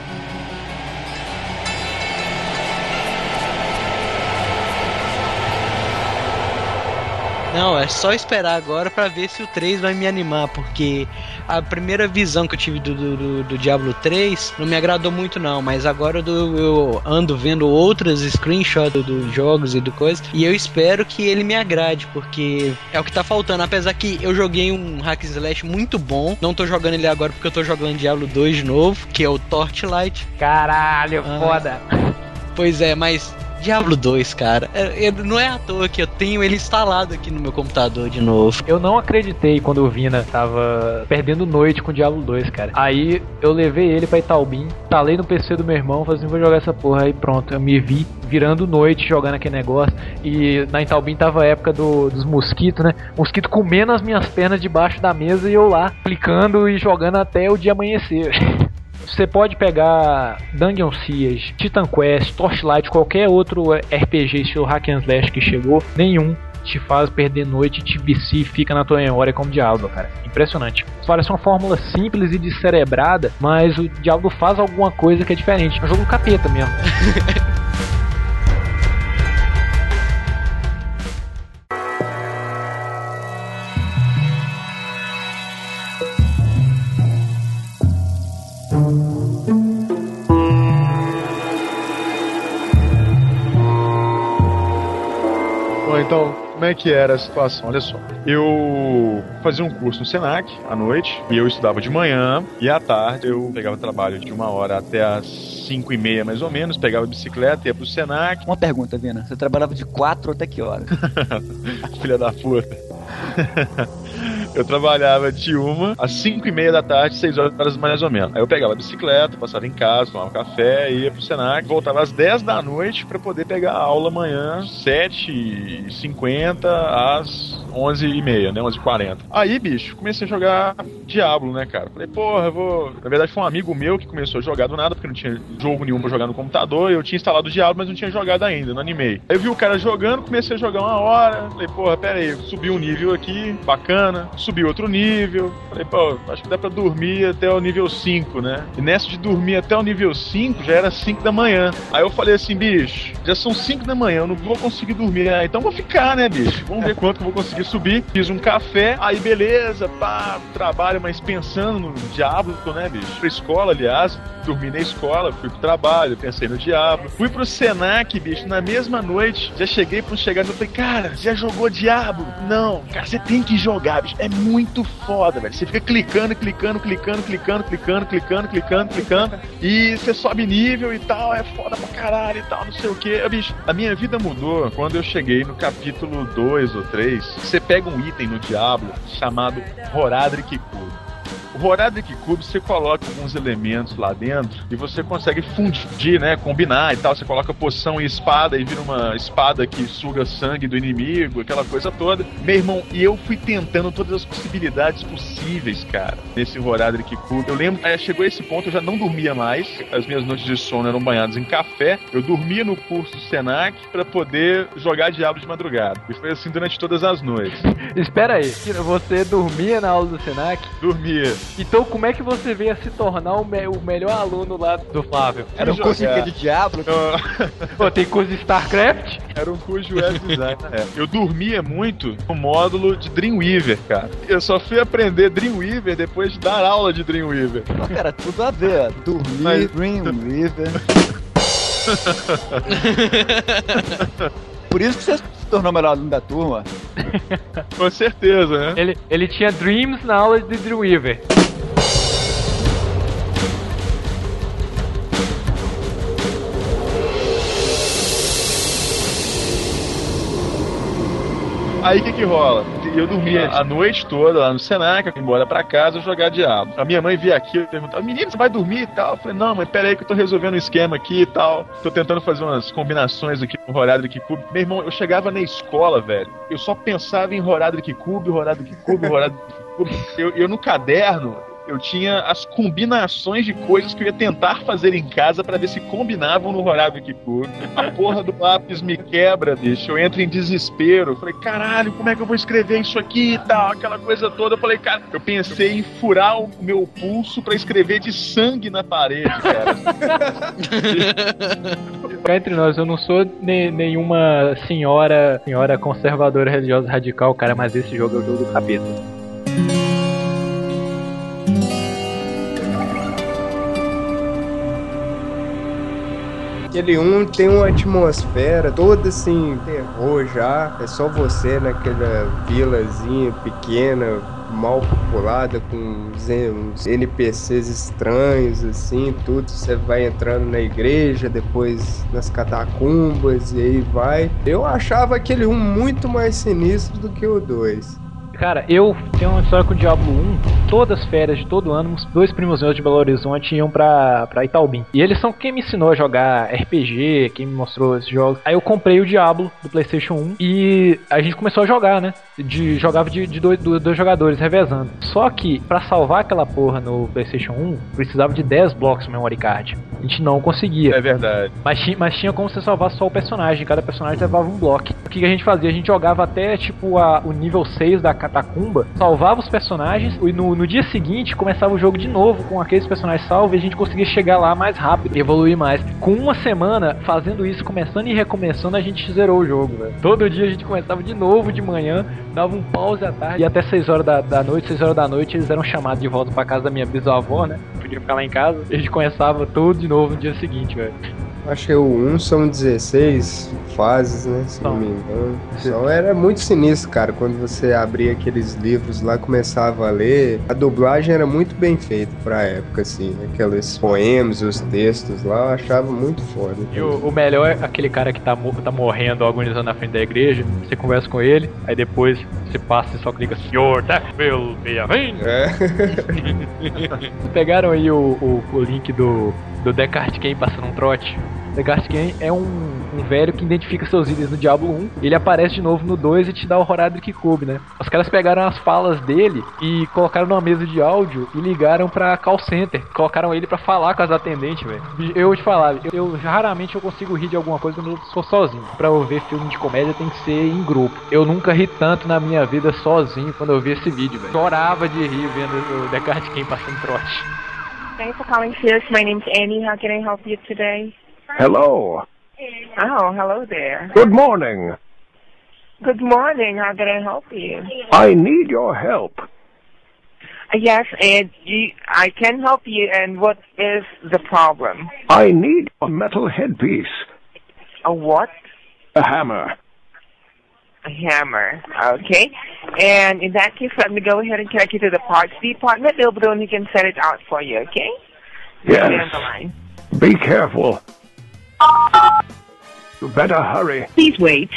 Não, é só esperar agora pra ver se o 3 vai me animar, porque a primeira visão que eu tive do Diablo 3 não me agradou muito não, mas agora eu ando vendo outras screenshots dos jogos e do coisa, e eu espero que ele me agrade, porque é o que tá faltando, apesar que eu joguei um hack and slash muito bom, não tô jogando ele agora porque eu tô jogando Diablo 2 de novo, que é o Torchlight. Caralho, foda. Pois é, mas Diablo 2, cara, não é à toa que eu tenho ele instalado aqui no meu computador de novo. Eu não acreditei quando o Vina tava perdendo noite com o Diablo 2, cara. Aí eu levei ele pra Itaubim, instalei no PC do meu irmão, falei assim, vou jogar essa porra. Aí pronto, eu me vi virando noite jogando aquele negócio. E na Itaubim tava a época dos mosquitos, né? Mosquito comendo as minhas pernas debaixo da mesa e eu lá, clicando e jogando até o dia amanhecer. Você pode pegar Dungeon Siege, Titan Quest, Torchlight, qualquer outro RPG estilo hack and slash que chegou, nenhum te faz perder noite, te vicia e fica na tua memória como Diablo, cara. Impressionante. Parece uma fórmula simples e descerebrada, mas o Diablo faz alguma coisa que é diferente. É um jogo do capeta mesmo. Então, como é que era a situação? Olha só, eu fazia um curso no Senac à noite, e eu estudava de manhã, e à tarde eu pegava trabalho de 1h até as 5:30 mais ou menos, pegava a bicicleta, ia pro Senac. Uma pergunta, Vina, você trabalhava de 4 até que hora? Filha da puta. Eu trabalhava de 1 às 5:30 da tarde, 6 horas mais ou menos. Aí eu pegava a bicicleta, passava em casa, tomava um café, ia pro Senac, voltava às 10 da noite pra poder pegar a aula amanhã, 7h50 às 11h30, né, 11h40. Aí, bicho, comecei a jogar Diablo, né, cara? Falei, porra, eu vou... Na verdade, foi um amigo meu que começou a jogar do nada, porque não tinha jogo nenhum pra jogar no computador, eu tinha instalado o Diablo, mas não tinha jogado ainda, não animei. Aí eu vi o cara jogando, comecei a jogar 1 hora, falei, porra, pera aí, subi um nível aqui, bacana, subi outro nível, falei, pô, acho que dá pra dormir até o nível 5, né? E nessa de dormir até o nível 5, já era 5 da manhã. Aí eu falei assim, bicho, já são 5 da manhã, eu não vou conseguir dormir. Ah, então vou ficar, né, bicho? Vamos ver quanto que eu vou conseguir subir, fiz um café, aí beleza, pá, trabalho, mas pensando no Diablo, né, bicho? Pra escola, aliás, dormi na escola, fui pro trabalho, pensei no Diablo. Fui pro Senac, bicho, na mesma noite, já cheguei pro chegar e falei, cara, já jogou Diablo? Não, cara, você tem que jogar, bicho, é muito foda, velho. Você fica clicando, e você sobe nível e tal, é foda pra caralho e tal, não sei o que. Bicho, a minha vida mudou quando eu cheguei no capítulo 2 ou 3. Você pega um item no Diablo chamado Horadric Cube. O Horadric Cube, você coloca alguns elementos lá dentro e você consegue fundir, né, combinar e tal. Você coloca poção e espada e vira uma espada que suga sangue do inimigo, aquela coisa toda. Meu irmão, e eu fui tentando todas as possibilidades possíveis, cara, nesse Horadric Cube. Eu lembro, chegou a esse ponto, eu já não dormia mais. As minhas noites de sono eram banhadas em café. Eu dormia no curso Senac pra poder jogar Diablo de madrugada. E foi assim durante todas as noites. Espera aí, você dormia na aula do Senac? Dormia. Então como é que você veio a se tornar o melhor aluno lá do Flávio? Era um curso de Diablo? Pô, tem curso de StarCraft? Era um curso de web design. Eu dormia muito no módulo de Dreamweaver, cara. Eu só fui aprender Dreamweaver depois de dar aula de Dreamweaver. Não, cara, tudo a ver. Dormir, Dreamweaver. Por isso que você se tornou o melhor aluno da turma. Com certeza, né? Ele tinha Dreams na aula de Dreamweaver. Aí o que rola? Eu dormia a noite toda lá no Senac, ia embora pra casa jogar Diablo. A minha mãe via aquilo e perguntava, menino, você vai dormir e tal? Eu falei, não, mas pera aí que eu tô resolvendo um esquema aqui e tal. Tô tentando fazer umas combinações aqui com Horadric Cube. Meu irmão, eu chegava na escola, velho, eu só pensava em Horadric Cube. Eu no caderno, eu tinha as combinações de coisas que eu ia tentar fazer em casa pra ver se combinavam no Horadric Cube. A porra do lápis me quebra, bicho. Eu entro em desespero. Eu falei, caralho, como é que eu vou escrever isso aqui e tal? Aquela coisa toda. Eu falei, cara, eu pensei em furar o meu pulso pra escrever de sangue na parede, cara. Cá entre nós, eu não sou nenhuma senhora conservadora religiosa radical, cara, mas esse jogo é o jogo do capeta. Aquele 1 tem uma atmosfera toda assim, terror já. É só você naquela vilazinha pequena, mal populada, com uns NPCs estranhos, assim, tudo. Você vai entrando na igreja, depois nas catacumbas, e aí vai. Eu achava aquele 1 muito mais sinistro do que o 2. Cara, eu tenho uma história com o Diablo 1. Todas as férias de todo ano, os 2 primos meus de Belo Horizonte iam pra Itaubim. E eles são quem me ensinou a jogar RPG, quem me mostrou esses jogos. Aí eu comprei o Diablo do PlayStation 1 e a gente começou a jogar, né? Jogava de dois jogadores, revezando. Só que, pra salvar aquela porra no PlayStation 1, precisava de 10 blocos de memory card. A gente não conseguia. É verdade. Mas tinha como você salvar só o personagem. Cada personagem levava um bloco. O que a gente fazia? A gente jogava até, tipo, o nível 6 da catacumba, salvava os personagens e no dia seguinte começava o jogo de novo com aqueles personagens salvos e a gente conseguia chegar lá mais rápido, evoluir mais. Com uma semana fazendo isso, começando e recomeçando, a gente zerou o jogo, velho. Todo dia a gente começava de novo de manhã, dava um pause à tarde e até 6 horas da noite eles eram chamados de volta pra casa da minha bisavó, né? Podia ficar lá em casa. E a gente começava tudo de novo no dia seguinte, velho. Acho que o 1 são 16 fases, né? Se não me engano. Então era muito sinistro, cara. Quando você abria aqueles livros lá, começava a ler. A dublagem era muito bem feita pra época, assim. Aqueles poemas, os textos lá, eu achava muito foda. E o melhor é aquele cara que tá morrendo, agonizando na frente da igreja. Você conversa com ele, aí depois você passa e só clica assim, Your death will be avenged. Pegaram aí o link do Descartes Kane passando um trote. Descartes Kane é um velho que identifica seus itens no Diablo 1. Ele aparece de novo no 2 e te dá o Horadric Cube, né? Os caras pegaram as falas dele e colocaram numa mesa de áudio e ligaram pra call center. Colocaram ele pra falar com as atendentes, velho. Eu vou te falar, eu raramente eu consigo rir de alguma coisa quando eu sou sozinho. Pra eu ver filme de comédia tem que ser em grupo. Eu nunca ri tanto na minha vida sozinho quando eu vi esse vídeo, velho. Chorava de rir vendo o Descartes Kane passando trote. Thanks for calling Fierce. My name's Annie. How can I help you today? Hello. Oh, hello there. Good morning. Good morning. How can I help you? I need your help. Yes, and I can help you. And what is the problem? I need a metal headpiece. A what? A hammer. A hammer. Okay. And in that case, let me go ahead and connect you to the parts department. They'll be the one who can set it out for you, okay? Yes. Stay on the line. Be careful. You better hurry. Please wait.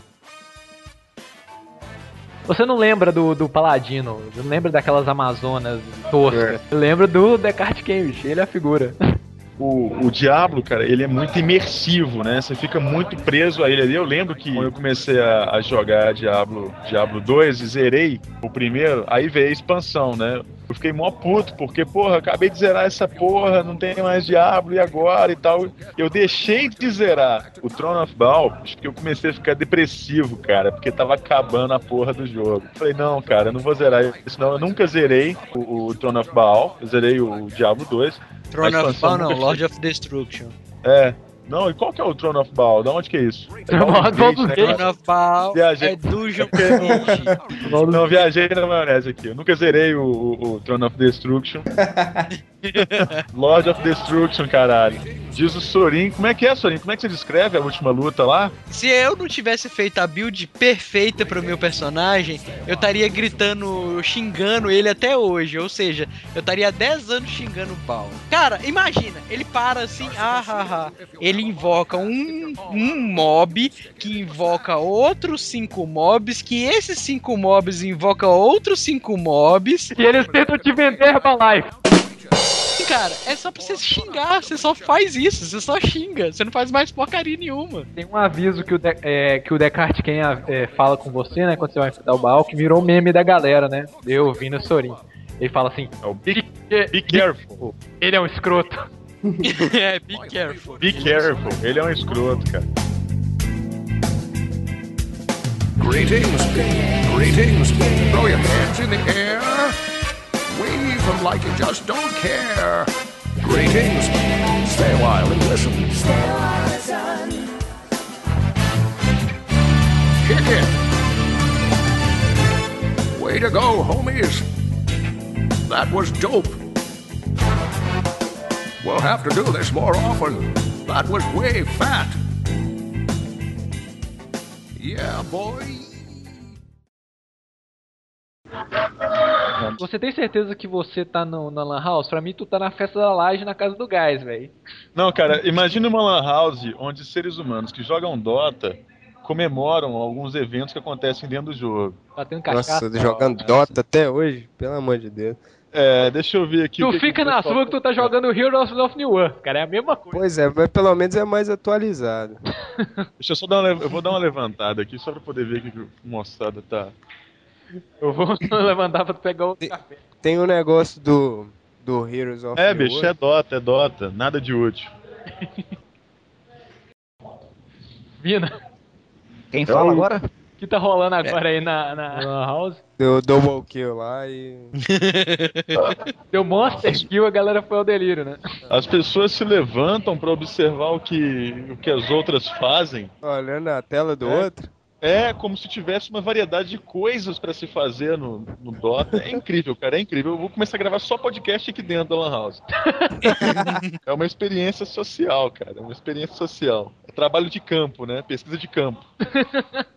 Você não lembra do Paladino, não lembra daquelas Amazonas toscas. Lembra do Descartes Cambridge, ele é a figura. O Diablo, cara, ele é muito imersivo, né? Você fica muito preso a ele ali. Eu lembro que quando eu comecei a jogar Diablo 2 e zerei o primeiro, aí veio a expansão, né? Eu fiquei mó puto, porque, porra, acabei de zerar essa porra, não tem mais Diablo, e agora e tal. Eu deixei de zerar o Throne of Baal, porque eu comecei a ficar depressivo, cara, porque tava acabando a porra do jogo. Falei, não, cara, eu não vou zerar isso, não. Eu nunca zerei o Throne of Baal, eu zerei o Diablo 2. Throne of Baal não, Lord of Destruction. É. Não, e qual que é o Throne of Baal? Da onde que é isso? Throne of Baal é Dungeon Gate. Não, viajei na maionese aqui. Eu nunca zerei o Throne of Destruction. Lord of Destruction, caralho. Diz o Sorin. Como é que é, Sorin? Como é que você descreve a última luta lá? Se eu não tivesse feito a build perfeita pro meu personagem, eu estaria gritando, xingando ele até hoje. Ou seja, eu estaria 10 anos xingando o Baal. Cara, imagina, ele para assim, ele invoca um mob, que invoca outros 5 mobs, que esses 5 mobs invocam outros 5 mobs. E eles tentam te vender Herbalife. Cara, é só pra você xingar, você só faz isso, você só xinga, você não faz mais porcaria nenhuma. Tem um aviso que o Descartes fala com você, né, quando você vai enfrentar o Baal, que virou meme da galera, né, eu ouvindo o Sorin. Ele fala assim, be careful. Ele é um escroto. É, be careful. Be careful, ele é um escroto, cara. Greetings. Greetings. Throw your hands in the air. Wave them like you just don't care. Greetings. Stay a while and listen. Stay a while, listen. Kick it. Way to go, homies. That was dope. We'll have to do this more often. That was way fat. Yeah, boy. Você tem certeza que você tá na Lan House? Pra mim, tu tá na festa da laje na casa do gás, velho. Não, cara, imagina uma Lan House onde seres humanos que jogam Dota comemoram alguns eventos que acontecem dentro do jogo. Batendo cachaça. Nossa, jogando Dota até hoje? Pelo amor de Deus. É, deixa eu ver aqui. Tu fica na sua que tu tá jogando Heroes of New World, cara, é a mesma coisa. Pois é, mas pelo menos é mais atualizado. Deixa eu só eu vou dar uma levantada aqui só pra poder ver que o moçada tá. Eu vou levantar pra tu pegar o café. Tem um negócio do Heroes of New World. Bicho, é Dota, nada de útil. Vina. Quem fala agora? O que tá rolando agora aí na House? Deu double kill lá e... Deu monster kill, a galera foi ao delírio, né? As pessoas se levantam pra observar o que as outras fazem. Olhando a tela do outro. É como se tivesse uma variedade de coisas pra se fazer no Dota. É incrível, cara, é incrível. Eu vou começar a gravar só podcast aqui dentro da Lan House. É uma experiência social, cara. É uma experiência social. É trabalho de campo, né? Pesquisa de campo.